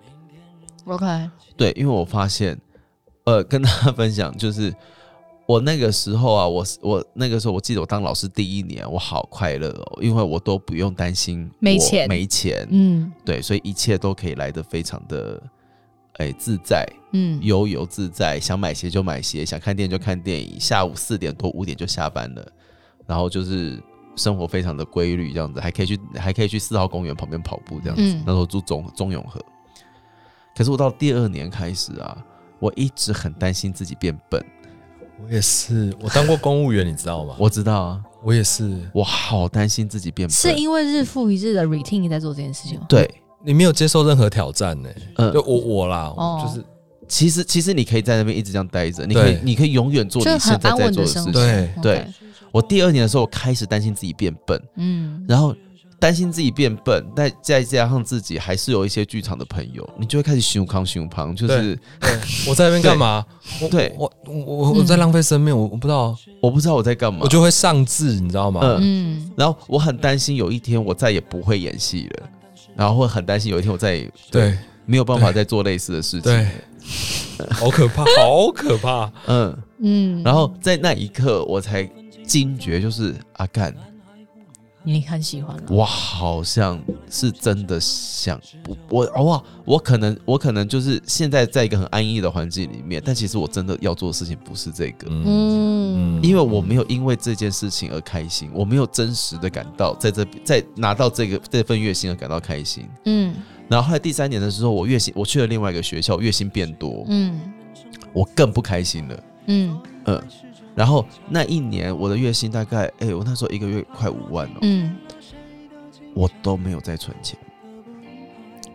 OK， 对，因为我发现，跟大家分享，就是我那个时候啊，我那个时候我记得我当老师第1年，我好快乐哦，因为我都不用担心没钱，对，所以一切都可以来得非常的自在，悠游自在，想买鞋就买鞋，想看电影就看电影，下午4点多5点就下班了，然后就是生活非常的规律，这样子还可以去4号公园旁边跑步这样子，那时候住中永和。可是我到第2年开始啊，我一直很担心自己变笨。 我也是，我当过公务员，你知道吗？ 我知道啊， 我也是， 我好担心自己变笨， 是因为日复一日的 routine 在做这件事情吗？ 对， 你没有接受任何挑战呢。就我啦，就是其实你可以在那边一直这样待着，你可以永远做你现在在做的事情。对，我第2年的时候，我开始担心自己变笨，然后担心自己变笨，但再加上自己还是有一些剧场的朋友，你就会开始胸旁，就是我在那边干嘛？我在浪费生命，我不知道我在干嘛， 我就会上字，你知道吗？ 然后我很担心有一天我再也不会演戏了，然后会很担心有一天我再也没有办法再做类似的事情。 对，好可怕，好可怕。 然后在那一刻我才惊觉，就是阿干。 你很喜欢了， 我好像是真的想我可能就是现在在一个很安逸的环境里面，但其实我真的要做的事情不是这个，因为我没有因为这件事情而开心，我没有真实的感到在拿到这份月薪而感到开心，然后后来第3年的时候，我去了另外一个学校，月薪变多，我更不开心了，然后那1年我的月薪大概我那时候1个月快5万哦，我都没有再存钱，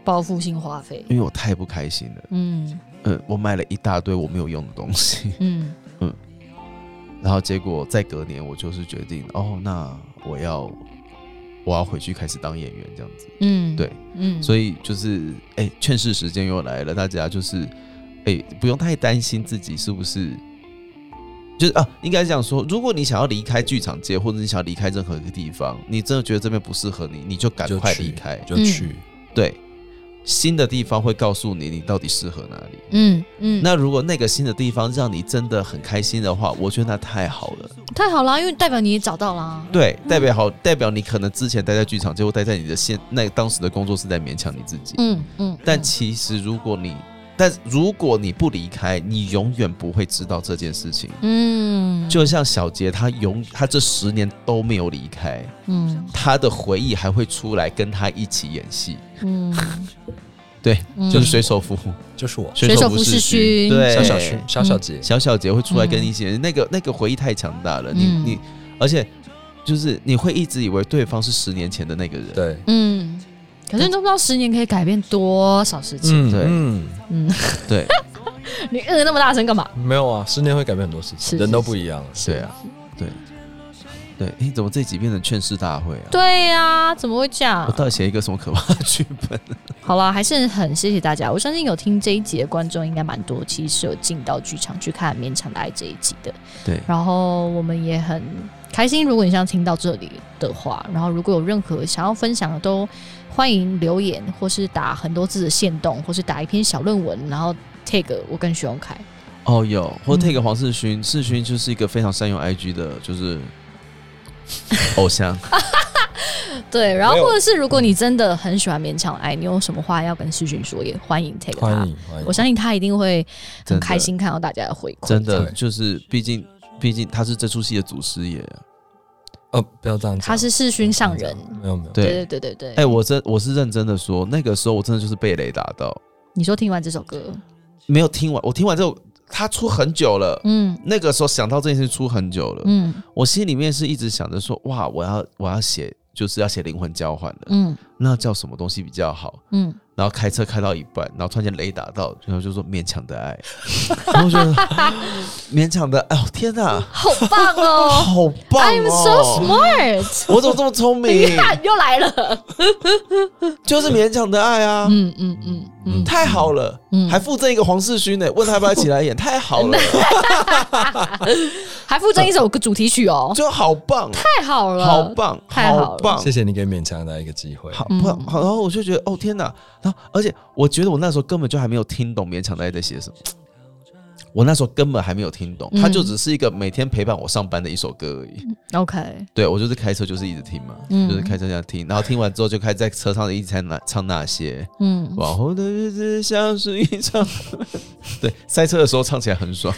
报复性花费， 因为我太不开心了。我买了一大堆我没有用的东西。然后结果在隔年，我就是决定，那我要回去开始当演员这样子。对，所以就是劝世时间又来了，大家就是不用太担心自己是不是。就是应该这样说，如果你想要离开剧场界，或者你想要离开任何一个地方，你真的觉得这边不适合你，你就赶快离开， 就去。 对，新的地方会告诉你你到底适合哪里。那如果那个新的地方让你真的很开心的话，我觉得那太好了， 太好了，因为代表你也找到了。 对，代表你可能之前待在剧场，结果待在你的当时的工作是在勉强你自己。但其实如果你不离开，你永远不会知道这件事情。就像小杰他这10年都没有离开，他的回忆还会出来跟他一起演戏。对，就是水手服， 就是我， 水手服世勋， 对，小杰会出来跟你一起演，那个回忆太强大了。你而且就是你会一直以为对方是10年前的那个人。 对， 可是你都不知道10年可以改变多少事情。 对， 你那么大声干嘛？ 没有啊，10年会改变很多事情，人都不一样了。 对啊，对，怎么这集变成劝世大会啊？ 对啊，怎么会这样？ 我到底写一个什么可怕的剧本？ 好啦，还是很谢谢大家。我相信有听这一集的观众应该蛮多，其实是有进到剧场去看《勉强的爱》这一集的。 对， 然后我们也很开心，如果你想听到这里的话，然后如果有任何想要分享的，都欢迎留言，或是打很多字的限动，或是打一篇小论文，然后 tag 我跟徐荣凯。 有，或 tag 黄世勋，世勋就是一个非常善用 IG 的，就是偶像。 对，然后或者是如果你真的很喜欢勉强爱，你有什么话要跟世勋说，也欢迎 take 他。我相信他一定会很开心看到大家的回馈。 真的，就是毕竟他是这出戏的祖师爷。 不要这样讲， 他是世勋上人。 没有。 对。 我是认真的说，那个时候我真的就是被雷打到。你说听完这首歌？ 没有听完，我听完之后。他出很久了，那个时候想到这件事出很久了，我心里面是一直想着说，哇，我要写，就是要写灵魂交换了，那叫什么东西比较好？然后开车开到一半，然后突然间雷打到，然后就说勉强的爱，然后觉得勉强的爱，天哪， 好棒哦， 好棒哦 ，I'm so smart， 我怎么这么聪明？ 你看又来了， 就是勉强的爱啊，太好了，还附赠一个黄世勋呢，问他要不要一起来演，太好了， 还附赠一首主题曲哦， 就好棒， 太好了， 好棒， 太好了， 谢谢你给勉强的爱一个机会， 好，然后我就觉得，天哪！然后，而且我觉得我那时候根本就还没有听懂勉强的爱在写什么，我那时候根本还没有听懂，它就只是一个每天陪伴我上班的一首歌而已。 OK， 对，我就是开车就是一直听嘛，就是开车这样听，然后听完之后就开始在车上一直唱那些，往后的日子像是一场，对，塞车的时候唱起来很爽。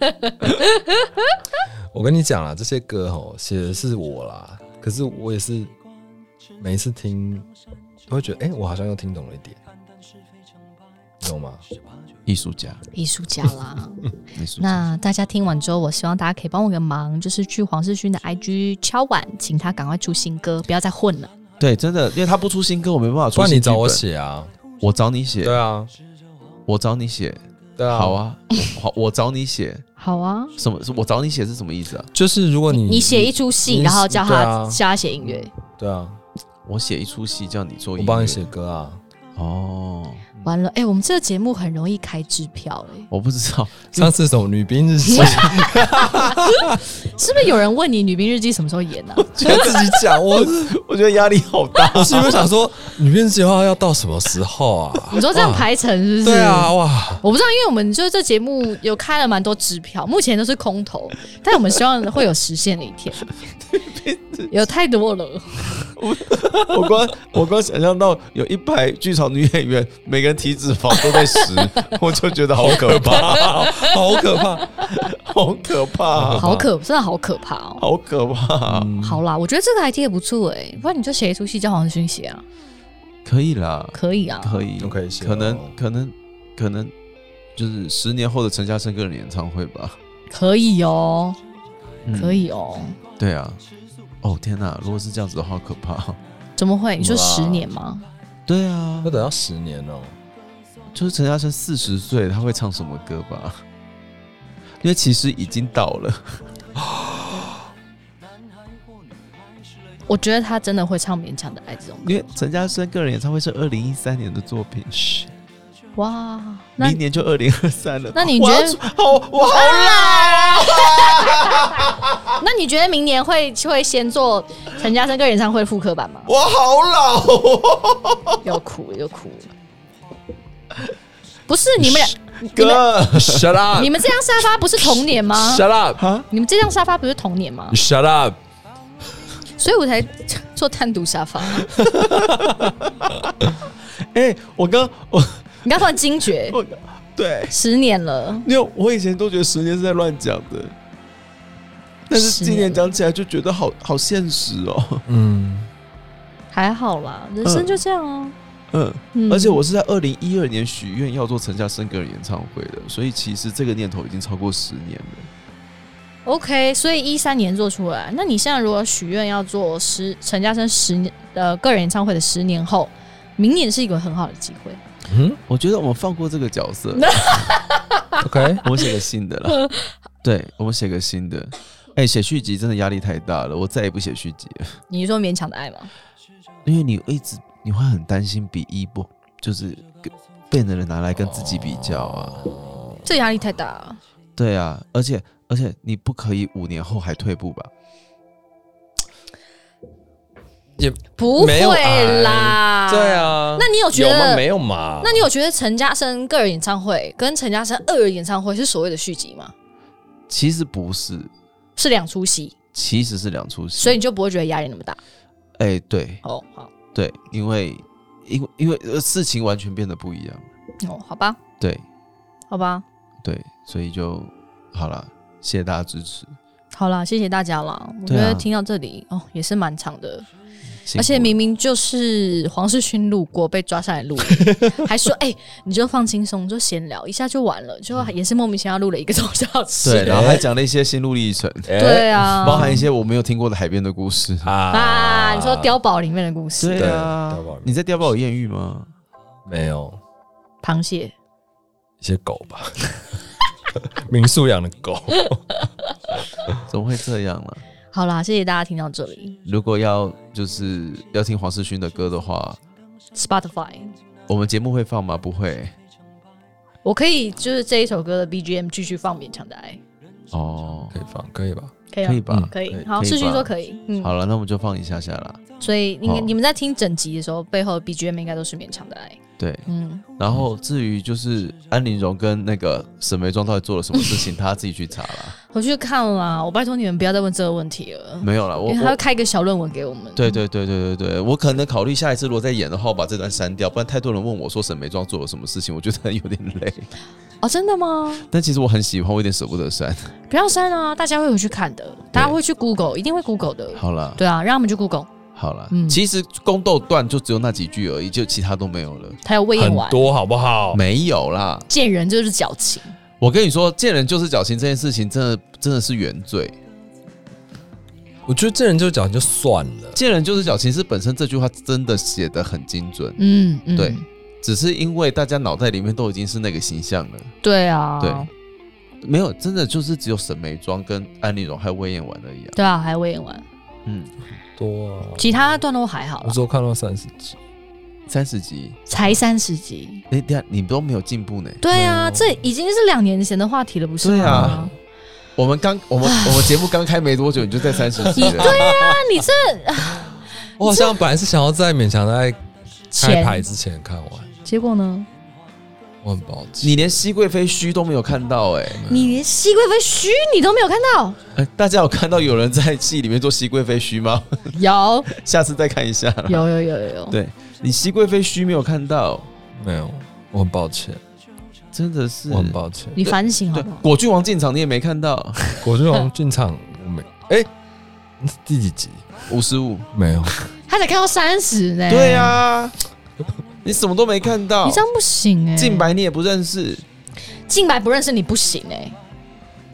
我跟你讲啦，这些歌写的是我啦，可是我也是每一次听。都会觉得，我好像又听懂了一点，有吗？ 艺术家啦。那大家听完之后，我希望大家可以帮我个忙，就是去黄世勋的 IG 敲碗，请他赶快出新歌，不要再混了。 对，真的，因为他不出新歌，我没办法出新歌。 不然你找我写啊， 我找你写。 对啊， 我找你写。 对啊， 好啊，我找你写。 好啊， 什么？我找你写是什么意思啊？ 就是如果你写一出戏，然后叫他写音乐。 对啊。 我写一出戏叫你做音乐， 我帮你写歌啊。 完了，我们这个节目很容易开支票我不知道上次什么女兵日记， 是不是有人问你女兵日记什么时候演呢？ 觉得自己讲，我觉得压力好大。 我是不是想说女兵日记的话要到什么时候啊？ 你说这样排程是不是？ 对啊，哇！ 我不知道，因为我们就这节目有开了蛮多支票，目前都是空头，但我们希望会有实现的一天。有太多了。 我光想象到有一排剧场女演员，每个人体脂肪都在10，我就觉得好可怕， 好可怕， 好可怕， 真的好可怕哦， 好可怕。 好啦，我觉得这个 idea 不错不然你就写一出戏叫黄世勋写啊， 可以啦， 可以啊， 可以， 都可以写。 可能就是10年后的陈嘉生个人演唱会吧， 可以哦，可以哦。 对啊，天哪，如果是这样子的话，可怕。 怎么会？你说10年吗？ 对啊， 要等到10年哦。 就是陈嘉生40岁，他会唱什么歌吧？因为其实已经到了。 我觉得他真的会唱《勉强的爱》这种歌， 因为陈嘉生个人演唱会是2013年的作品， 哇， 明年就2023了。 那你觉得我好老啊！ 那你觉得明年会先做陈嘉生个人演唱会复刻版吗？ 我好老， 又哭了。不是你们俩， 哥 ，shut up！ 你们这张沙发不是童年吗 ，shut up！ 你们这张沙发不是童年吗 ，shut up！ 所以我才做单独沙发。你刚放惊觉， 对 10年了。 因为我以前都觉得10年是在乱讲的，但是今年讲起来就觉得好现实哦。 还好啦，人生就这样啊。 而且我是在2012年许愿要做陈嘉生个人演唱会的，所以其实这个念头已经超过10年了。 OK， 所以13年做出来，那你现在如果许愿要做陈嘉生10年的个人演唱会的10年后，明年是一个很好的机会。 我觉得我们放过这个角色 ，OK， 我们写个新的了。对，我们写个新的。写续集真的压力太大了，我再也不写续集了。 你说勉强的爱吗？ 因为你会很担心比一不就是被人拿来跟自己比较啊， 这压力太大了。 对啊，而且你不可以5年后还退步吧？ 也不会啦。 对啊， 那你有觉得有吗？没有嘛？ 那你有觉得陈嘉生个人演唱会跟陈嘉生2人演唱会是所谓的续集吗？ 其实不是， 是2出戏。 其实是2出戏， 所以你就不会觉得压力那么大。 对， 好， 对，因为事情完全变得不一样。 好吧， 对， 好吧， 对，所以就好了，谢谢大家支持。 好啦，谢谢大家啦。我觉得听到这里也是蛮长的，而且明明就是黄世勋路过被抓上来录还说你就放轻松，就闲聊一下就完了，就也是莫名其妙录了1个多小时。 对，然后还讲了一些心路历程， 对啊， 包含一些我没有听过的海边的故事啊。你说碉堡里面的故事？ 对啊，你在碉堡有艳遇吗？ 没有， 螃蟹， 一些狗吧，民宿养的狗。 怎么会这样呢？ 好啦，谢谢大家听到这里。 如果要听黄世勋的歌的话 ，Spotify， 我们节目会放吗？不会。 我可以就是这一首歌的 BGM 继续放《勉强的爱》。 可以放，可以吧？ 可以吧？可以。好，世勋说可以。 好了，那我们就放一下啦。 所以你们在听整集的时候，背后的 BGM 应该都是《勉强的爱》。 对，然后至于就是安陵容跟那个沈眉庄到底做了什么事情，他自己去查啦。 我去看了啦，我拜托你们不要再问这个问题了。 没有啦， 因为他会开一个小论文给我们。 对，我可能考虑下一次如果再演的话，我把这段删掉，不然太多人问我说沈眉庄做了什么事情，我觉得有点累。 真的吗？ 但其实我很喜欢，我有点舍不得删。 不要删啊，大家会回去看的，大家会去 Google， 一定会 Google 的。 好了， 对啊，让他们去 Google。 好了，其实宫斗段就只有那几句而已，就其他都没有了。 还有魏延婉很多好不好？ 没有啦， 见人就是矫情。 我跟你说，见人就是矫情这件事情，真的是原罪。 我觉得见人就是矫情就算了， 见人就是矫情是本身这句话真的写得很精准。对，只是因为大家脑袋里面都已经是那个形象了。 对啊， 对，没有，真的就是只有沈眉庄跟安陵容还有魏延婉而已。 对啊，还有魏延婉。 多啊， 其他段都还好。 我只有看到30集 ，30集才30集。 等一下你都没有进步呢？ 对啊，这已经是2年前的话题了，不是吗？ 对啊，我们节目刚开没多久，你就在30集了。 对啊，你这我好像本来是想要在勉强在开牌之前看完， 结果呢？ 我很抱歉， 你连熹贵妃虚都没有看到你连熹贵妃虚你都没有看到？ 大家有看到有人在戏里面做熹贵妃虚吗？ 有， 下次再看一下。 有。 对，你熹贵妃虚没有看到？ 没有，我很抱歉， 真的是我很抱歉。 你反省好不好？ 果郡王进场你也没看到？ 果郡王进场我没第几集 ？55 没有， 他才看到30呢。 对啊。你什么都没看到， 你这样不行静白你也不认识， 静白不认识你不行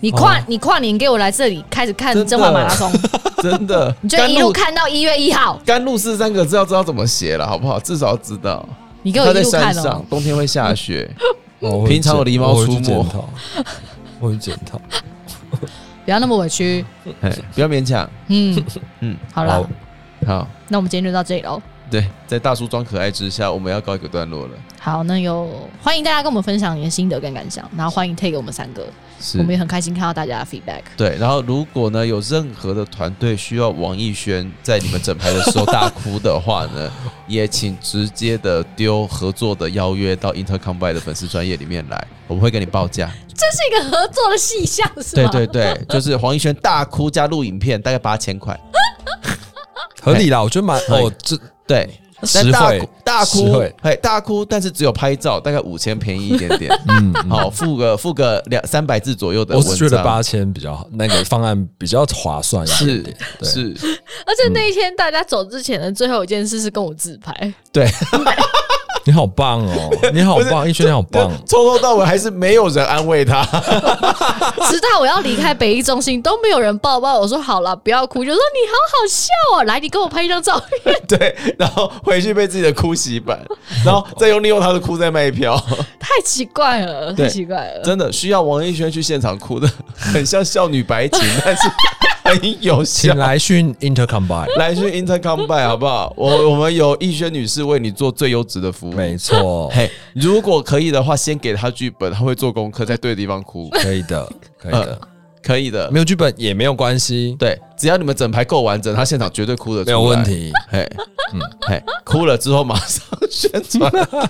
你跨年给我来这里开始看甄嬛马拉松， 真的， 你就一路看到1月1号。 甘露寺3个字要知道怎么写了，好不好？至少要知道。 你给我一路看他在山上，冬天会下雪， 平常有狸猫出没。 我会检讨， 不要那么委屈， 不要勉强。 好了， 好， 那我们今天就到这里喽。 对，在大叔装可爱之下，我们要告一个段落了。 好，那欢迎大家跟我们分享你的心得跟感想，然后欢迎 take 我们3个，我们也很开心看到大家的 feedback。对， 然后如果呢有任何的团队需要王艺轩在你们整排的时候大哭的话呢，也请直接的丢合作的邀约到 Intercombine 的粉丝专页里面来，我们会给你报价。 这是一个合作的细项，是吗？ 对，就是黄艺轩大哭加录影片，大概8000块， 合理啦，我觉得蛮这对。 实惠大哭，但是只有拍照，大概5000便宜一点点。好，附个200-300字左右的文章。 我是觉得8000比较好，那个方案比较划算一点。 是。 而且那一天大家走之前的最后一件事是跟我自拍。 对。 你好棒哦！你好棒，艺轩你好棒。 从头到尾还是没有人安慰他， 直到我要离开北艺中心都没有人抱抱我说好了不要哭，就说你好好笑哦，来你跟我拍一张照片。 对，然后回去被自己的哭洗版，然后再利用他的哭再卖票， 太奇怪了，太奇怪了， 真的需要王艺轩去现场哭的，很像少女白情，但是很有效。 请来讯 Intercombine， 来讯 Intercombine 好不好？我们有艺轩女士为你做最优质的服务。 没错， 如果可以的话，先给他剧本，他会做功课，在对的地方哭。 可以的， 可以的。 没有剧本也没有关系， 对，只要你们整排够完整，他现场绝对哭得出来， 没有问题。 哭了之后马上宣传。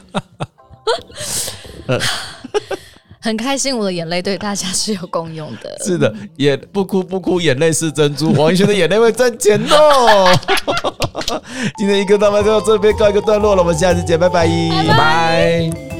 很开心，我的眼泪对大家是有功用的。 是的，也不哭，眼泪是珍珠。王艺轩的眼泪会赚钱哦。今天一个大麦就到这边告一个段落了，我们下次见，拜拜， 拜拜。